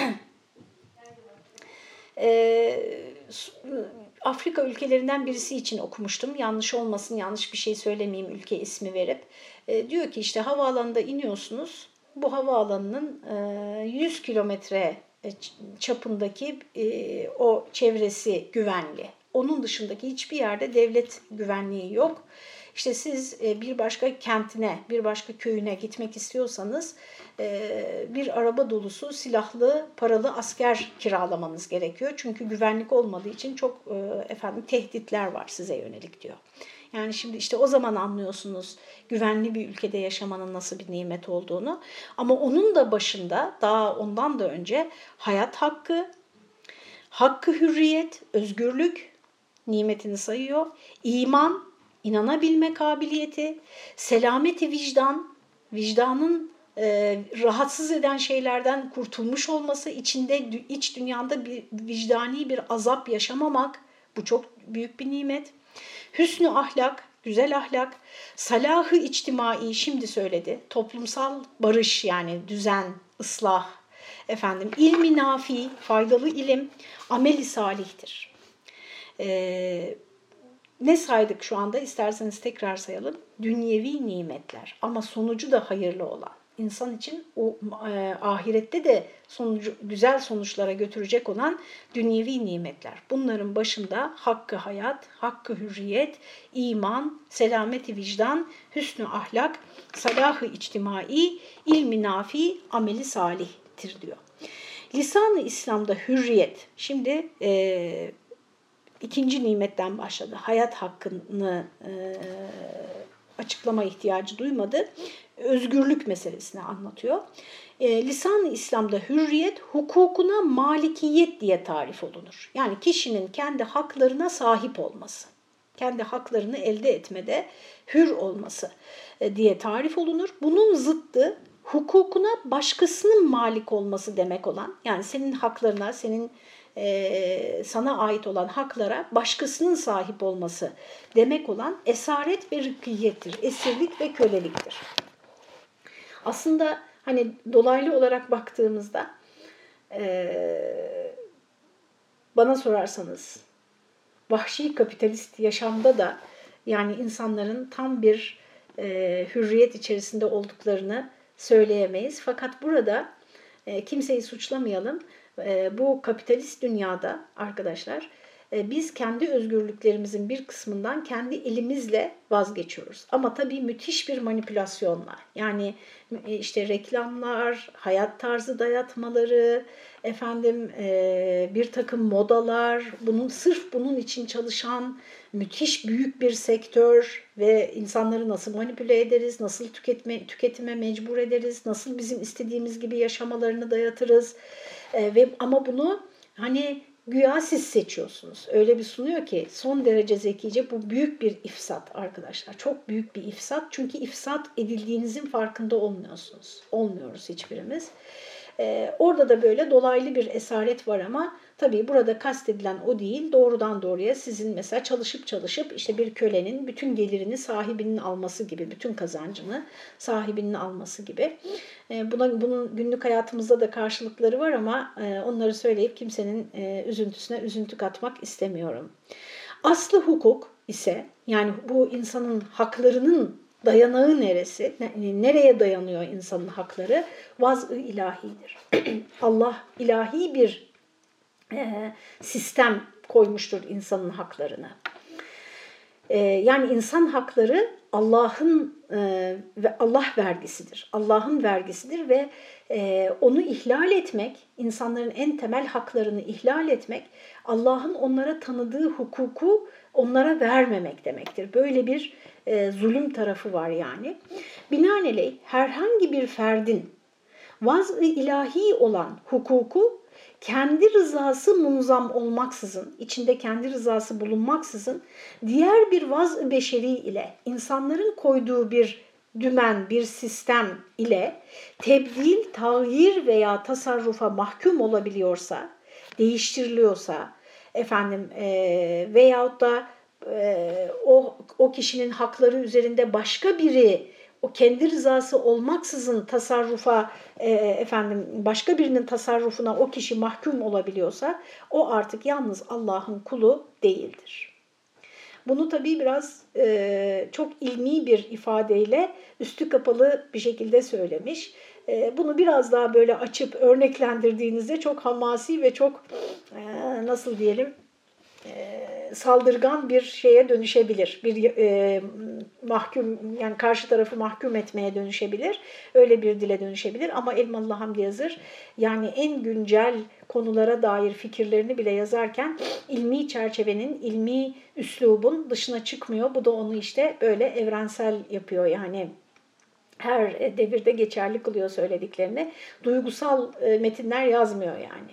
A: Afrika ülkelerinden birisi için okumuştum. Yanlış olmasın, yanlış bir şey söylemeyeyim ülke ismi verip. Diyor ki işte havaalanında iniyorsunuz. Bu havaalanının 100 kilometre çapındaki o çevresi güvenli. Onun dışındaki hiçbir yerde devlet güvenliği yok. İşte siz bir başka kentine, bir başka köyüne gitmek istiyorsanız bir araba dolusu silahlı, paralı asker kiralamanız gerekiyor. Çünkü güvenlik olmadığı için çok tehditler var size yönelik diyor. Yani şimdi işte o zaman anlıyorsunuz güvenli bir ülkede yaşamanın nasıl bir nimet olduğunu. Ama onun da başında, daha ondan da önce hayat hakkı, hakkı hürriyet, özgürlük nimetini sayıyor. İman, inanabilme kabiliyeti, selameti vicdan, vicdanın rahatsız eden şeylerden kurtulmuş olması, iç dünyanda bir vicdani bir azap yaşamamak, bu çok büyük bir nimet. Hüsnü ahlak, güzel ahlak, salahı içtimai, şimdi söyledi, toplumsal barış, yani düzen, ıslah, ilmi nafi, faydalı ilim, ameli salihtir. Ne saydık şu anda? İsterseniz tekrar sayalım. Dünyevi nimetler ama sonucu da hayırlı olan. İnsan için o ahirette de güzel sonuçlara götürecek olan dünyevi nimetler. Bunların başında hakkı hayat, hakkı hürriyet, iman, selameti vicdan, hüsnü ahlak, salahı içtimai, ilmi nafi, ameli salihtir diyor. Lisan-ı İslam'da hürriyet. Şimdi ikinci nimetten başladı. Hayat hakkını açıklama ihtiyacı duymadı. Özgürlük meselesini anlatıyor. Lisan-ı İslam'da hürriyet, hukukuna malikiyet diye tarif olunur. Yani kişinin kendi haklarına sahip olması, kendi haklarını elde etmede hür olması diye tarif olunur. Bunun zıttı hukukuna başkasının malik olması demek olan, yani senin haklarına, sana ait olan haklara başkasının sahip olması demek olan esaret ve rıkkiyettir, esirlik ve köleliktir. Aslında hani dolaylı olarak baktığımızda bana sorarsanız vahşi kapitalist yaşamda da yani insanların tam bir hürriyet içerisinde olduklarını söyleyemeyiz. Fakat burada kimseyi suçlamayalım. Bu kapitalist dünyada arkadaşlar biz kendi özgürlüklerimizin bir kısmından kendi elimizle vazgeçiyoruz. Ama tabii müthiş bir manipülasyonla, yani işte reklamlar, hayat tarzı dayatmaları, bir takım modalar, sırf bunun için çalışan müthiş büyük bir sektör ve insanları nasıl manipüle ederiz, nasıl tüketime mecbur ederiz, nasıl bizim istediğimiz gibi yaşamalarını dayatırız. Ama bunu hani güya siz seçiyorsunuz. Öyle bir sunuyor ki son derece zekice, bu büyük bir ifsat arkadaşlar. Çok büyük bir ifsat. Çünkü ifsat edildiğinizin farkında olmuyorsunuz. Olmuyoruz hiçbirimiz. Orada da böyle dolaylı bir esaret var ama tabii burada kastedilen o değil. Doğrudan doğruya sizin mesela çalışıp işte bir kölenin bütün gelirini sahibinin alması gibi, bütün kazancını sahibinin alması gibi. Bunun günlük hayatımızda da karşılıkları var ama onları söyleyip kimsenin üzüntüsüne üzüntü katmak istemiyorum. Aslı hukuk ise, yani bu insanın haklarının dayanağı neresi? Nereye dayanıyor insanın hakları? Vaz-ı ilahidir. Allah ilahi bir sistem koymuştur insanın haklarına. Yani insan hakları Allah'ın ve Allah vergisidir. Allah'ın vergisidir ve onu ihlal etmek, insanların en temel haklarını ihlal etmek, Allah'ın onlara tanıdığı hukuku onlara vermemek demektir. Böyle bir zulüm tarafı var yani. Binaenaleyh herhangi bir ferdin vaz-ı ilahi olan hukuku kendi rızası munzam olmaksızın, içinde kendi rızası bulunmaksızın diğer bir vaz-ı beşeri ile, insanların koyduğu bir dümen, bir sistem ile tebdil, tağyir veya tasarrufa mahkum olabiliyorsa, değiştiriliyorsa, veyahut da o kişinin hakları üzerinde başka biri o kendi rızası olmaksızın tasarrufa başka birinin tasarrufuna o kişi mahkum olabiliyorsa o artık yalnız Allah'ın kulu değildir. Bunu tabii biraz çok ilmi bir ifadeyle üstü kapalı bir şekilde söylemiş. Bunu biraz daha böyle açıp örneklendirdiğinizde çok hamasi ve çok nasıl diyelim saldırgan bir şeye dönüşebilir. Bir mahkum, yani karşı tarafı mahkum etmeye dönüşebilir. Öyle bir dile dönüşebilir. Ama Elmalı Hamdi Yazır yani en güncel konulara dair fikirlerini bile yazarken ilmi çerçevenin, ilmi üslubun dışına çıkmıyor. Bu da onu işte böyle evrensel yapıyor. Yani her devirde geçerli kılıyor söylediklerini. Duygusal metinler yazmıyor yani.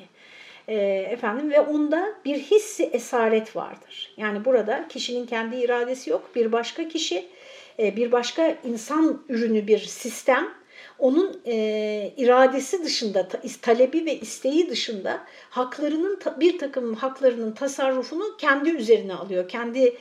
A: Ve onda bir hissi esaret vardır. Yani burada kişinin kendi iradesi yok. Bir başka kişi, bir başka insan ürünü bir sistem, onun iradesi dışında, talebi ve isteği dışında bir takım haklarının tasarrufunu kendi üzerine alıyor. Kendi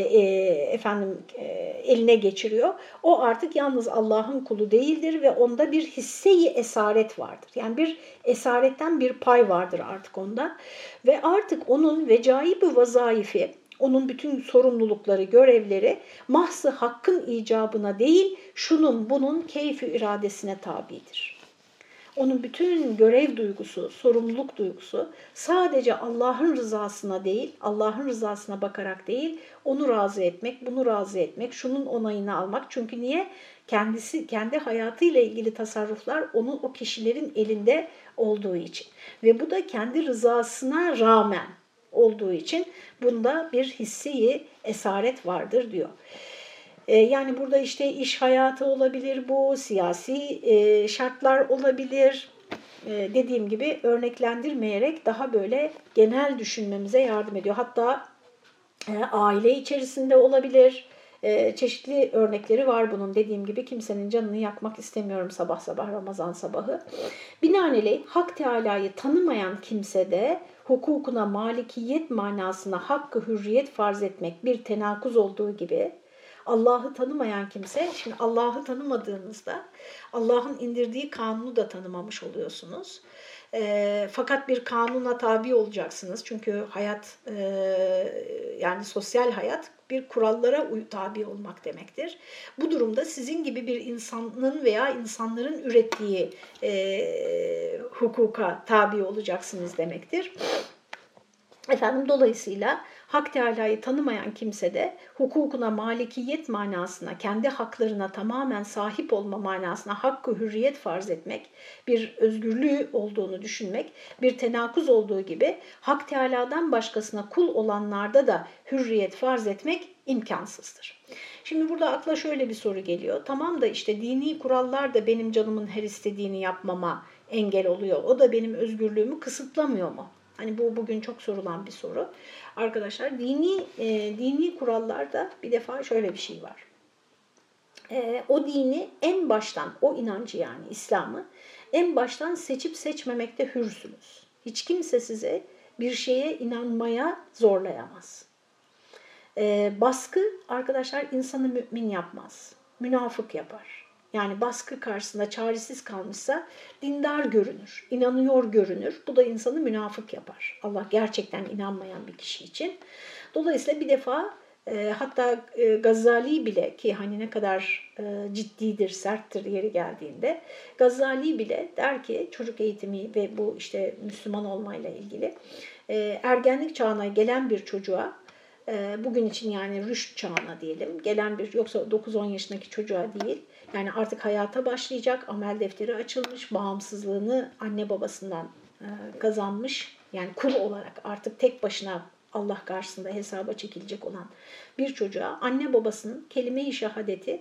A: eline geçiriyor. O artık yalnız Allah'ın kulu değildir ve onda bir hisse-i esaret vardır. Yani bir esaretten bir pay vardır artık onda. Ve artık onun vecaibi vazaifi, onun bütün sorumlulukları, görevleri mahzı hakkın icabına değil, şunun bunun keyfi iradesine tabidir. Onun bütün görev duygusu, sorumluluk duygusu sadece Allah'ın rızasına değil, Allah'ın rızasına bakarak değil, onu razı etmek, bunu razı etmek, şunun onayını almak. Çünkü niye? Kendi hayatıyla ilgili tasarruflar o kişilerin elinde olduğu için. Ve bu da kendi rızasına rağmen olduğu için bunda bir hissi esaret vardır diyor. Yani burada işte iş hayatı olabilir bu, siyasi şartlar olabilir. Dediğim gibi örneklendirmeyerek daha böyle genel düşünmemize yardım ediyor. Hatta aile içerisinde olabilir. Çeşitli örnekleri var bunun. Dediğim gibi kimsenin canını yakmak istemiyorum sabah sabah Ramazan sabahı. Binaenaleyh Hak Teâlâ'yı tanımayan kimse de hukukuna malikiyet manasına hakkı hürriyet farz etmek bir tenakuz olduğu gibi Allah'ı tanımayan kimse, şimdi Allah'ı tanımadığınızda Allah'ın indirdiği kanunu da tanımamış oluyorsunuz. Fakat bir kanuna tabi olacaksınız. Çünkü hayat, yani sosyal hayat bir kurallara tabi olmak demektir. Bu durumda sizin gibi bir insanın veya insanların ürettiği hukuka tabi olacaksınız demektir. Dolayısıyla Hak Teâlâ'yı tanımayan kimse de hukukuna malikiyet manasına, kendi haklarına tamamen sahip olma manasına hakkı hürriyet farz etmek, bir özgürlüğü olduğunu düşünmek, bir tenakuz olduğu gibi Hak Teâlâ'dan başkasına kul olanlarda da hürriyet farz etmek imkansızdır. Şimdi burada akla şöyle bir soru geliyor. Tamam da işte dini kurallar da benim canımın her istediğini yapmama engel oluyor. O da benim özgürlüğümü kısıtlamıyor mu? Hani bu bugün çok sorulan bir soru. Arkadaşlar dini kurallarda bir defa şöyle bir şey var. O dini en baştan, o inancı yani İslam'ı en baştan seçip seçmemekte hürsünüz. Hiç kimse size bir şeye inanmaya zorlayamaz. Baskı arkadaşlar insanı mümin yapmaz, münafık yapar. Yani baskı karşısında çaresiz kalmışsa dindar görünür, inanıyor görünür. Bu da insanı münafık yapar. Allah gerçekten inanmayan bir kişi için. Dolayısıyla bir defa Hatta Gazali bile, ki hani ne kadar ciddidir, serttir yeri geldiğinde, Gazali bile der ki çocuk eğitimi ve bu işte Müslüman olmayla ilgili ergenlik çağına gelen bir çocuğa, bugün için yani rüşt çağına diyelim, gelen bir, yoksa 9-10 yaşındaki çocuğa değil, yani artık hayata başlayacak, amel defteri açılmış, bağımsızlığını anne babasından kazanmış, yani kul olarak artık tek başına Allah karşısında hesaba çekilecek olan bir çocuğa anne babasının kelime-i şehadeti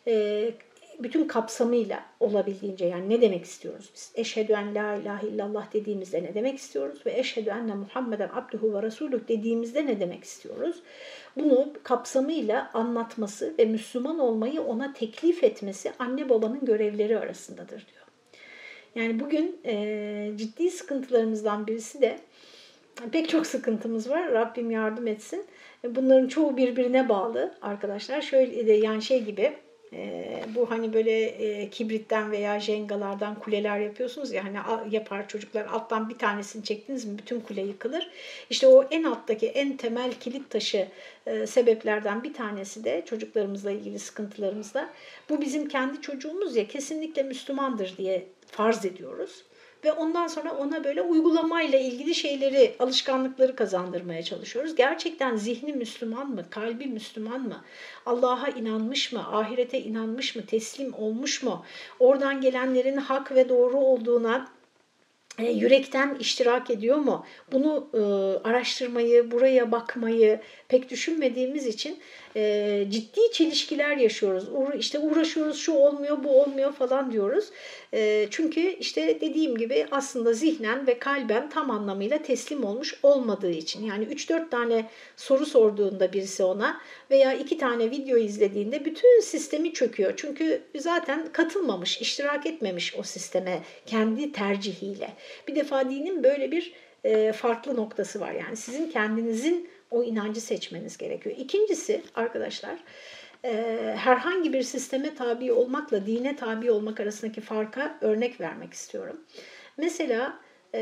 A: bütün kapsamıyla olabildiğince, yani ne demek istiyoruz biz? Eşhedü en la ilahe illallah dediğimizde ne demek istiyoruz? Ve eşhedü enne Muhammeden abduhu ve resuluh dediğimizde ne demek istiyoruz? Bunu kapsamıyla anlatması ve Müslüman olmayı ona teklif etmesi anne babanın görevleri arasındadır diyor. Yani bugün ciddi sıkıntılarımızdan birisi de, pek çok sıkıntımız var. Rabbim yardım etsin. Bunların çoğu birbirine bağlı arkadaşlar. Şöyle de yani şey gibi, bu hani böyle kibritten veya jengalardan kuleler yapıyorsunuz ya, hani yapar çocuklar, alttan bir tanesini çektiniz mi bütün kule yıkılır. İşte o en alttaki en temel kilit taşı sebeplerden bir tanesi de çocuklarımızla ilgili sıkıntılarımızda. Bu bizim kendi çocuğumuz ya, kesinlikle Müslümandır diye farz ediyoruz. Ve ondan sonra ona böyle uygulamayla ilgili şeyleri, alışkanlıkları kazandırmaya çalışıyoruz. Gerçekten zihni Müslüman mı, kalbi Müslüman mı, Allah'a inanmış mı, ahirete inanmış mı, teslim olmuş mu, oradan gelenlerin hak ve doğru olduğuna yürekten iştirak ediyor mu? Bunu araştırmayı, buraya bakmayı pek düşünmediğimiz için ciddi çelişkiler yaşıyoruz. İşte uğraşıyoruz, şu olmuyor, bu olmuyor falan diyoruz. Çünkü işte dediğim gibi aslında zihnen ve kalben tam anlamıyla teslim olmuş olmadığı için. Yani 3-4 tane soru sorduğunda birisi ona veya 2 tane video izlediğinde bütün sistemi çöküyor. Çünkü zaten katılmamış, iştirak etmemiş o sisteme kendi tercihiyle. Bir defa dinin böyle bir farklı noktası var. Yani sizin kendinizin o inancı seçmeniz gerekiyor. İkincisi arkadaşlar, herhangi bir sisteme tabi olmakla dine tabi olmak arasındaki farka örnek vermek istiyorum. Mesela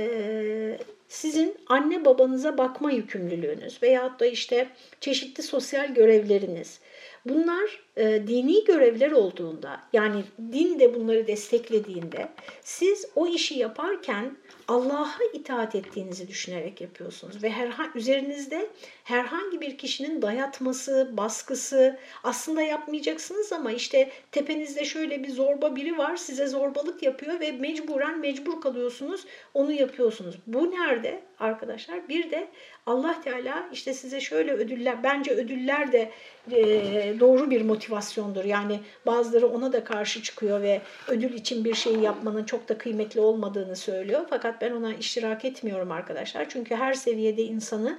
A: sizin anne babanıza bakma yükümlülüğünüz veyahut da işte çeşitli sosyal görevleriniz, bunlar dini görevler olduğunda, yani din de bunları desteklediğinde siz o işi yaparken Allah'a itaat ettiğinizi düşünerek yapıyorsunuz ve üzerinizde herhangi bir kişinin dayatması, baskısı, aslında yapmayacaksınız ama işte tepenizde şöyle bir zorba biri var, size zorbalık yapıyor ve mecbur kalıyorsunuz, onu yapıyorsunuz. Bu nerede arkadaşlar? Bir de Allah Teala işte size şöyle ödüller, bence ödüller de doğru bir motivasyondur. Yani bazıları ona da karşı çıkıyor ve ödül için bir şeyi yapmanın çok da kıymetli olmadığını söylüyor. Fakat ben ona iştirak etmiyorum arkadaşlar. Çünkü her seviyede insanı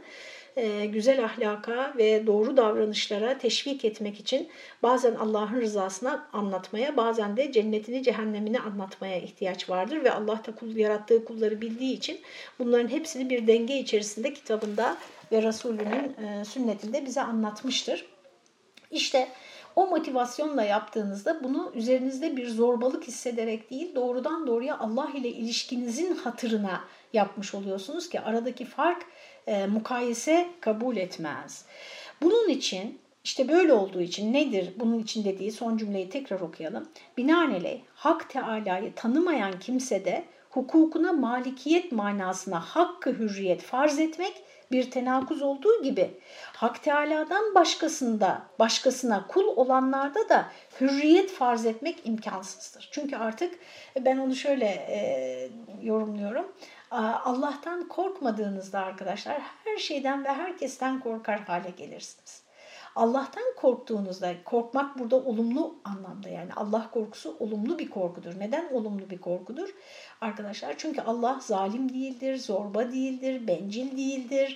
A: güzel ahlaka ve doğru davranışlara teşvik etmek için bazen Allah'ın rızasını anlatmaya, bazen de cennetini, cehennemini anlatmaya ihtiyaç vardır. Ve Allah da yarattığı kulları bildiği için bunların hepsini bir denge içerisinde kitabında ve Resulünün sünnetinde bize anlatmıştır. İşte o motivasyonla yaptığınızda bunu üzerinizde bir zorbalık hissederek değil, doğrudan doğruya Allah ile ilişkinizin hatırına yapmış oluyorsunuz ki aradaki fark mukayese kabul etmez. Bunun için işte böyle olduğu için nedir bunun için dediği son cümleyi tekrar okuyalım. Binaenaleyh Hak Teâlâ'yı tanımayan kimse de hukukuna malikiyet manasına hakkı hürriyet farz etmek bir tenakuz olduğu gibi Hak Teâlâ'dan başkasına kul olanlarda da hürriyet farz etmek imkansızdır. Çünkü artık ben onu şöyle yorumluyorum. Allah'tan korkmadığınızda arkadaşlar her şeyden ve herkesten korkar hale gelirsiniz. Allah'tan korktuğunuzda, korkmak burada olumlu anlamda, yani Allah korkusu olumlu bir korkudur. Neden olumlu bir korkudur? Arkadaşlar çünkü Allah zalim değildir, zorba değildir, bencil değildir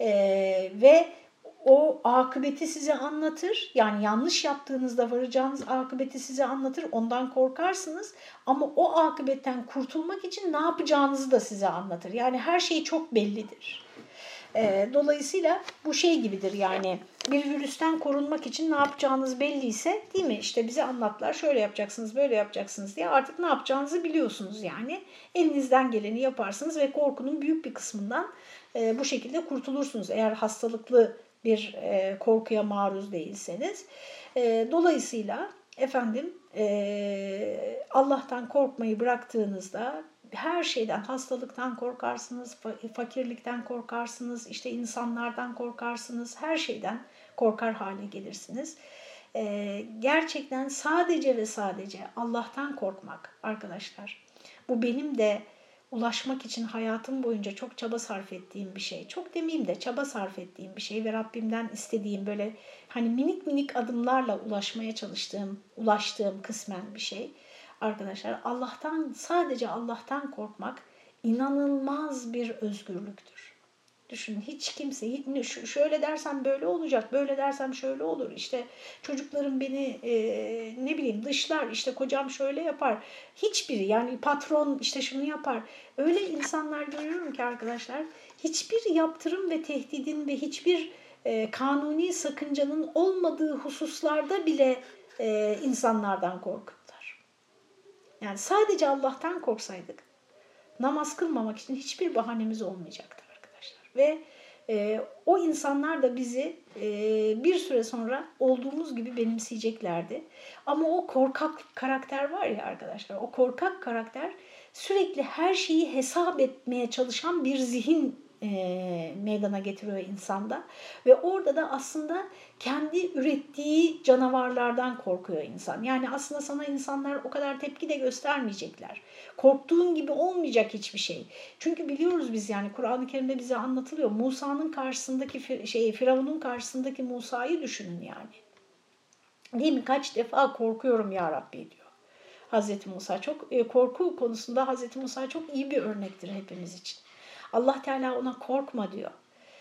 A: ve o akıbeti size anlatır. Yani yanlış yaptığınızda varacağınız akıbeti size anlatır. Ondan korkarsınız ama o akıbetten kurtulmak için ne yapacağınızı da size anlatır. Yani her şey çok bellidir. Dolayısıyla bu şey gibidir, yani bir virüsten korunmak için ne yapacağınız belliyse, değil mi? İşte bize anlattılar, şöyle yapacaksınız, böyle yapacaksınız diye artık ne yapacağınızı biliyorsunuz yani. Elinizden geleni yaparsınız ve korkunun büyük bir kısmından bu şekilde kurtulursunuz. Eğer hastalıklı bir korkuya maruz değilseniz. Dolayısıyla efendim Allah'tan korkmayı bıraktığınızda her şeyden, hastalıktan korkarsınız, fakirlikten korkarsınız, işte insanlardan korkarsınız, her şeyden korkar hale gelirsiniz. Gerçekten sadece ve sadece Allah'tan korkmak arkadaşlar. Bu benim de ulaşmak için hayatım boyunca çok çaba sarf ettiğim bir şey. Çok demeyeyim de çaba sarf ettiğim bir şey ve Rabbimden istediğim böyle hani minik minik adımlarla ulaştığım kısmen bir şey. Arkadaşlar sadece Allah'tan korkmak inanılmaz bir özgürlüktür. Düşünün hiç kimse şöyle dersem böyle olacak, böyle dersem şöyle olur. İşte çocuklarım beni ne bileyim dışlar, işte kocam şöyle yapar. Hiçbiri yani patron işte şunu yapar. Öyle insanlar görüyorum ki arkadaşlar hiçbir yaptırım ve tehdidin ve hiçbir kanuni sakıncanın olmadığı hususlarda bile insanlardan korkuyorlar. Yani sadece Allah'tan korksaydık namaz kılmamak için hiçbir bahanemiz olmayacaktı arkadaşlar. Ve o insanlar da bizi bir süre sonra olduğumuz gibi benimseyeceklerdi. Ama o korkak karakter var ya arkadaşlar, o korkak karakter sürekli her şeyi hesap etmeye çalışan bir zihin meydana getiriyor insanda. Ve orada da aslında kendi ürettiği canavarlardan korkuyor insan. Yani aslında sana insanlar o kadar tepki de göstermeyecekler. Korktuğun gibi olmayacak hiçbir şey. Çünkü biliyoruz biz yani Kur'an-ı Kerim'de bize anlatılıyor. Musa'nın karşısındaki Firavun'un karşısındaki Musa'yı düşünün yani. Değil mi? Kaç defa korkuyorum ya Rabbi diyor. Hazreti Musa korku konusunda Hazreti Musa çok iyi bir örnektir hepimiz için. Allah Teala ona korkma diyor.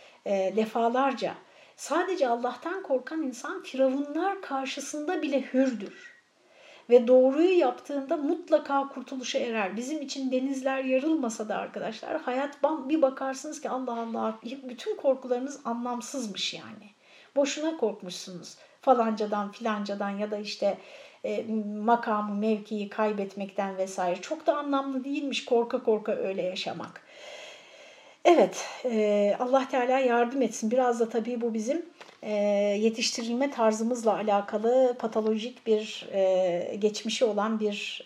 A: Defalarca. Sadece Allah'tan korkan insan firavunlar karşısında bile hürdür. Ve doğruyu yaptığında mutlaka kurtuluşa erer. Bizim için denizler yarılmasa da arkadaşlar hayat bir bakarsınız ki Allah Allah bütün korkularınız anlamsızmış yani. Boşuna korkmuşsunuz falancadan filancadan ya da işte makamı mevkiyi kaybetmekten vesaire. Çok da anlamlı değilmiş korka korka öyle yaşamak. Evet, Allah Teala yardım etsin. Biraz da tabii bu bizim yetiştirilme tarzımızla alakalı patolojik bir geçmişi olan bir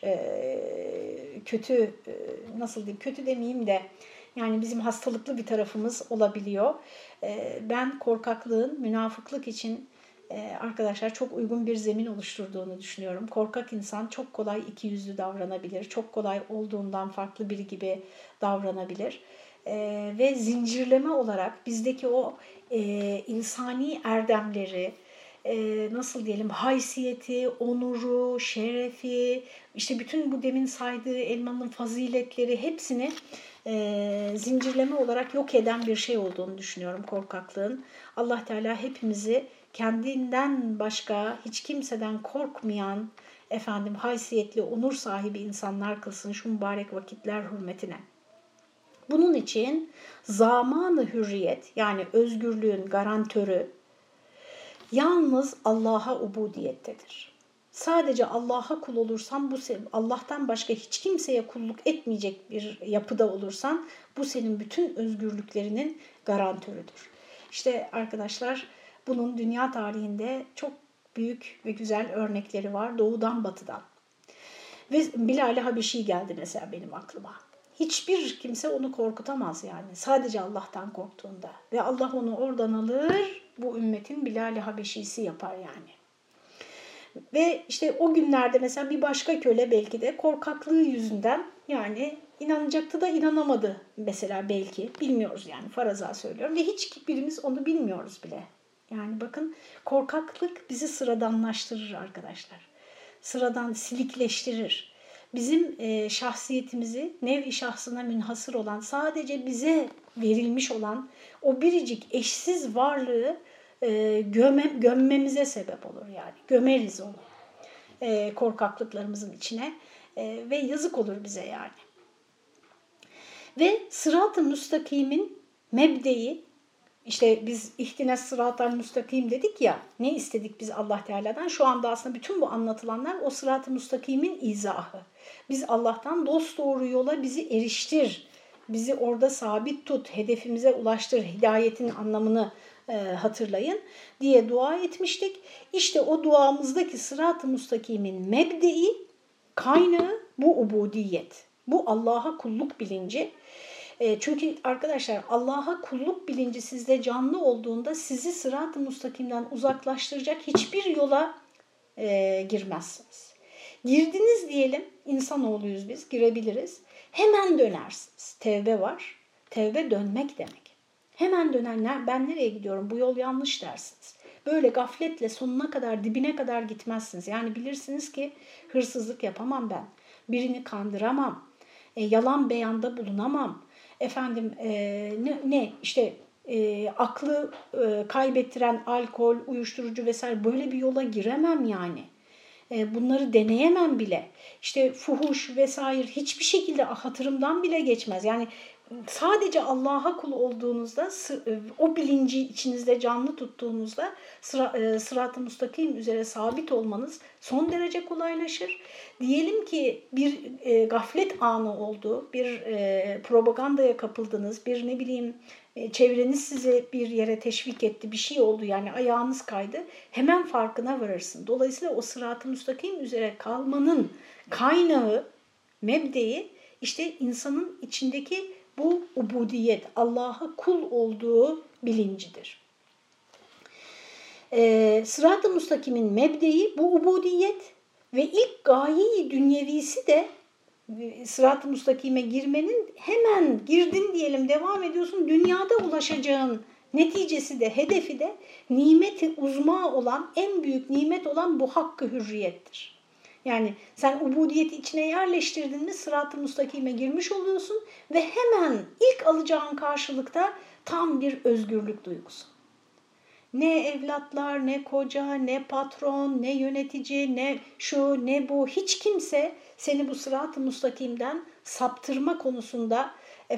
A: kötü, nasıl diyeyim, kötü demeyeyim de yani bizim hastalıklı bir tarafımız olabiliyor. Ben korkaklığın münafıklık için arkadaşlar çok uygun bir zemin oluşturduğunu düşünüyorum. Korkak insan çok kolay ikiyüzlü davranabilir, çok kolay olduğundan farklı biri gibi davranabilir. Ve zincirleme olarak bizdeki o insani erdemleri, nasıl diyelim haysiyeti, onuru, şerefi, işte bütün bu demin saydığı elmanın faziletleri hepsini zincirleme olarak yok eden bir şey olduğunu düşünüyorum korkaklığın. Allah Teala hepimizi kendinden başka hiç kimseden korkmayan haysiyetli, onur sahibi insanlar kılsın şu mübarek vakitler hürmetine. Bunun için zamanı hürriyet yani özgürlüğün garantörü yalnız Allah'a ubudiyettedir. Sadece Allah'a kul olursan, Allah'tan başka hiç kimseye kulluk etmeyecek bir yapıda olursan bu senin bütün özgürlüklerinin garantörüdür. İşte arkadaşlar bunun dünya tarihinde çok büyük ve güzel örnekleri var doğudan batıdan. Ve Bilal-i Habeşi geldi mesela benim aklıma. Hiçbir kimse onu korkutamaz yani. Sadece Allah'tan korktuğunda. Ve Allah onu oradan alır, bu ümmetin Bilal-i Habeşisi yapar yani. Ve işte o günlerde mesela bir başka köle belki de korkaklığı yüzünden yani inanacaktı da inanamadı mesela belki. Bilmiyoruz yani faraza söylüyorum. Ve hiçbirimiz onu bilmiyoruz bile. Yani bakın korkaklık bizi sıradanlaştırır arkadaşlar. Sıradan silikleştirir. Bizim şahsiyetimizi nev-i şahsına münhasır olan, sadece bize verilmiş olan o biricik eşsiz varlığı gömmemize sebep olur yani. Gömeriz onu korkaklıklarımızın içine ve yazık olur bize yani. Ve sırat-ı müstakimin mebdeyi, İşte biz ihtines sıratal müstakim dedik ya, ne istedik biz Allah Teala'dan? Şu anda aslında bütün bu anlatılanlar o sırat-ı müstakimin izahı. Biz Allah'tan dosdoğru yola bizi eriştir, bizi orada sabit tut, hedefimize ulaştır, hidayetin anlamını hatırlayın diye dua etmiştik. İşte o duamızdaki sırat-ı müstakimin mebdei, kaynağı bu ubudiyet. Bu Allah'a kulluk bilinci. Çünkü arkadaşlar Allah'a kulluk bilinci sizde canlı olduğunda sizi sırat-ı müstakimden uzaklaştıracak hiçbir yola girmezsiniz. Girdiniz diyelim, insanoğluyuz biz, girebiliriz. Hemen dönersiniz. Tevbe var. Tevbe dönmek demek. Hemen döner, ben nereye gidiyorum, bu yol yanlış dersiniz. Böyle gafletle sonuna kadar, dibine kadar gitmezsiniz. Yani bilirsiniz ki hırsızlık yapamam ben. Birini kandıramam. Yalan beyanda bulunamam. Efendim aklı kaybettiren alkol, uyuşturucu vesaire böyle bir yola giremem yani. Bunları deneyemem bile. İşte fuhuş vesaire hiçbir şekilde hatırımdan bile geçmez. Yani sadece Allah'a kul olduğunuzda, o bilinci içinizde canlı tuttuğunuzda sırat-ı müstakim üzere sabit olmanız son derece kolaylaşır. Diyelim ki bir gaflet anı oldu, bir propagandaya kapıldınız, bir çevreniz sizi bir yere teşvik etti, bir şey oldu yani ayağınız kaydı, hemen farkına varırsın. Dolayısıyla o sırat-ı müstakim üzere kalmanın kaynağı, mebdeyi işte insanın içindeki bu ubudiyet, Allah'a kul olduğu bilincidir. Sırat-ı müstakimin mebdeyi bu ubudiyet ve ilk gaye-i dünyevisi de sırat-ı müstakime girmenin, hemen girdin diyelim, devam ediyorsun, dünyada ulaşacağın neticesi de, hedefi de nimeti uzma olan, en büyük nimet olan bu hakkı hürriyettir. Yani sen ubudiyeti içine yerleştirdin mi sırat-ı müstakime girmiş oluyorsun ve hemen ilk alacağın karşılıkta tam bir özgürlük duygusu. Ne evlatlar, ne koca, ne patron, ne yönetici, ne şu, ne bu, hiç kimse seni bu sırat-ı müstakimden saptırma konusunda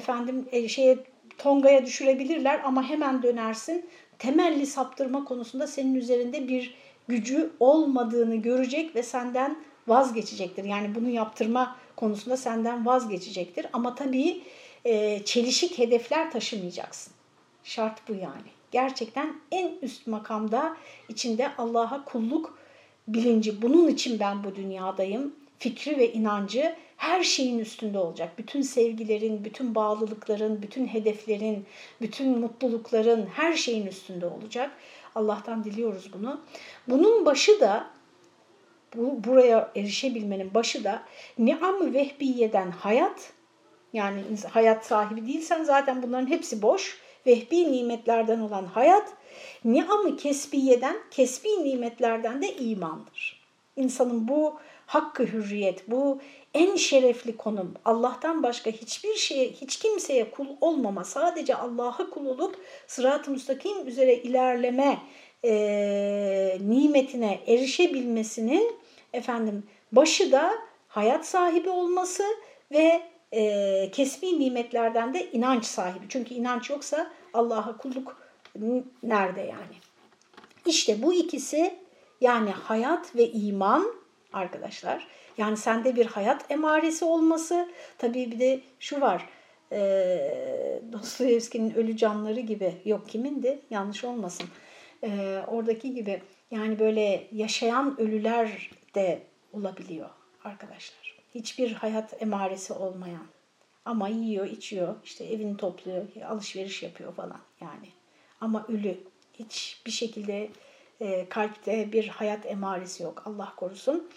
A: tongaya düşürebilirler ama hemen dönersin. Temelli saptırma konusunda senin üzerinde bir gücü olmadığını görecek ve senden vazgeçecektir. Yani bunu yaptırma konusunda senden vazgeçecektir. Ama tabii çelişik hedefler taşımayacaksın. Şart bu yani. Gerçekten en üst makamda içinde Allah'a kulluk bilinci, bunun için ben bu dünyadayım fikri ve inancı her şeyin üstünde olacak. Bütün sevgilerin, bütün bağlılıkların, bütün hedeflerin, bütün mutlulukların her şeyin üstünde olacak. Allah'tan diliyoruz bunu. Bunun başı da, buraya erişebilmenin başı da ni'am-ı vehbiyeden hayat, yani hayat sahibi değilsen zaten bunların hepsi boş. Vehbi nimetlerden olan hayat, ni'am-ı kesbiyeden, kesbi nimetlerden de imandır. İnsanın bu hakkı hürriyet, bu en şerefli konum, Allah'tan başka hiçbir şeye, hiç kimseye kul olmama, sadece Allah'a kul olup sırat-ı müstakim üzere ilerleme nimetine erişebilmesinin başı da hayat sahibi olması ve kesbi nimetlerden de inanç sahibi. Çünkü inanç yoksa Allah'a kulluk nerede yani? İşte bu ikisi, yani hayat ve iman arkadaşlar. Yani sende bir hayat emaresi olması. Tabii bir de şu var. Dostoyevski'nin Ölü Canları gibi, yok kimindi? Yanlış olmasın. Oradaki gibi yani böyle yaşayan ölüler de olabiliyor arkadaşlar. Hiçbir hayat emaresi olmayan ama yiyor, içiyor, işte evini topluyor, alışveriş yapıyor falan yani. Ama ölü, hiçbir şekilde kalpte bir hayat emaresi yok, Allah korusun.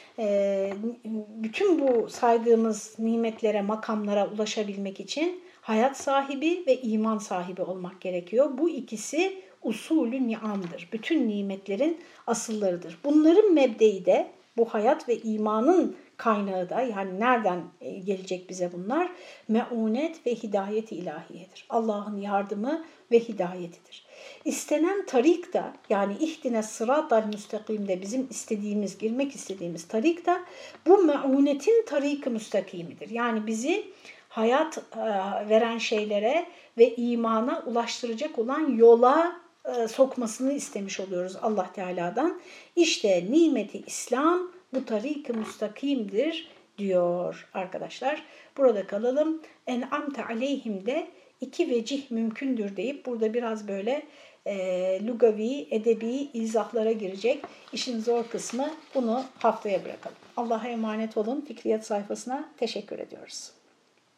A: Bütün bu saydığımız nimetlere, makamlara ulaşabilmek için hayat sahibi ve iman sahibi olmak gerekiyor. Bu ikisi usulü ni'amdır. Bütün nimetlerin asıllarıdır. Bunların mebdeyi de, bu hayat ve imanın kaynağı da, yani nereden gelecek bize bunlar? Meunet ve hidayet-i ilahiyedir. Allah'ın yardımı ve hidayetidir. İstenen tarik da, yani ihdine sıratal müstakimde bizim istediğimiz, girmek istediğimiz tarik da bu meunetin tarik-i müstakimidir. Yani bizi hayat veren şeylere ve imana ulaştıracak olan yola sokmasını istemiş oluyoruz Allah Teala'dan. İşte nimeti İslam bu tarik-i müstakimdir diyor arkadaşlar. Burada kalalım. En'amte aleyhim de iki vecih mümkündür deyip burada biraz böyle lugavi, edebi izahlara girecek. İşin zor kısmı, bunu haftaya bırakalım. Allah'a emanet olun. Fikriyat sayfasına teşekkür ediyoruz.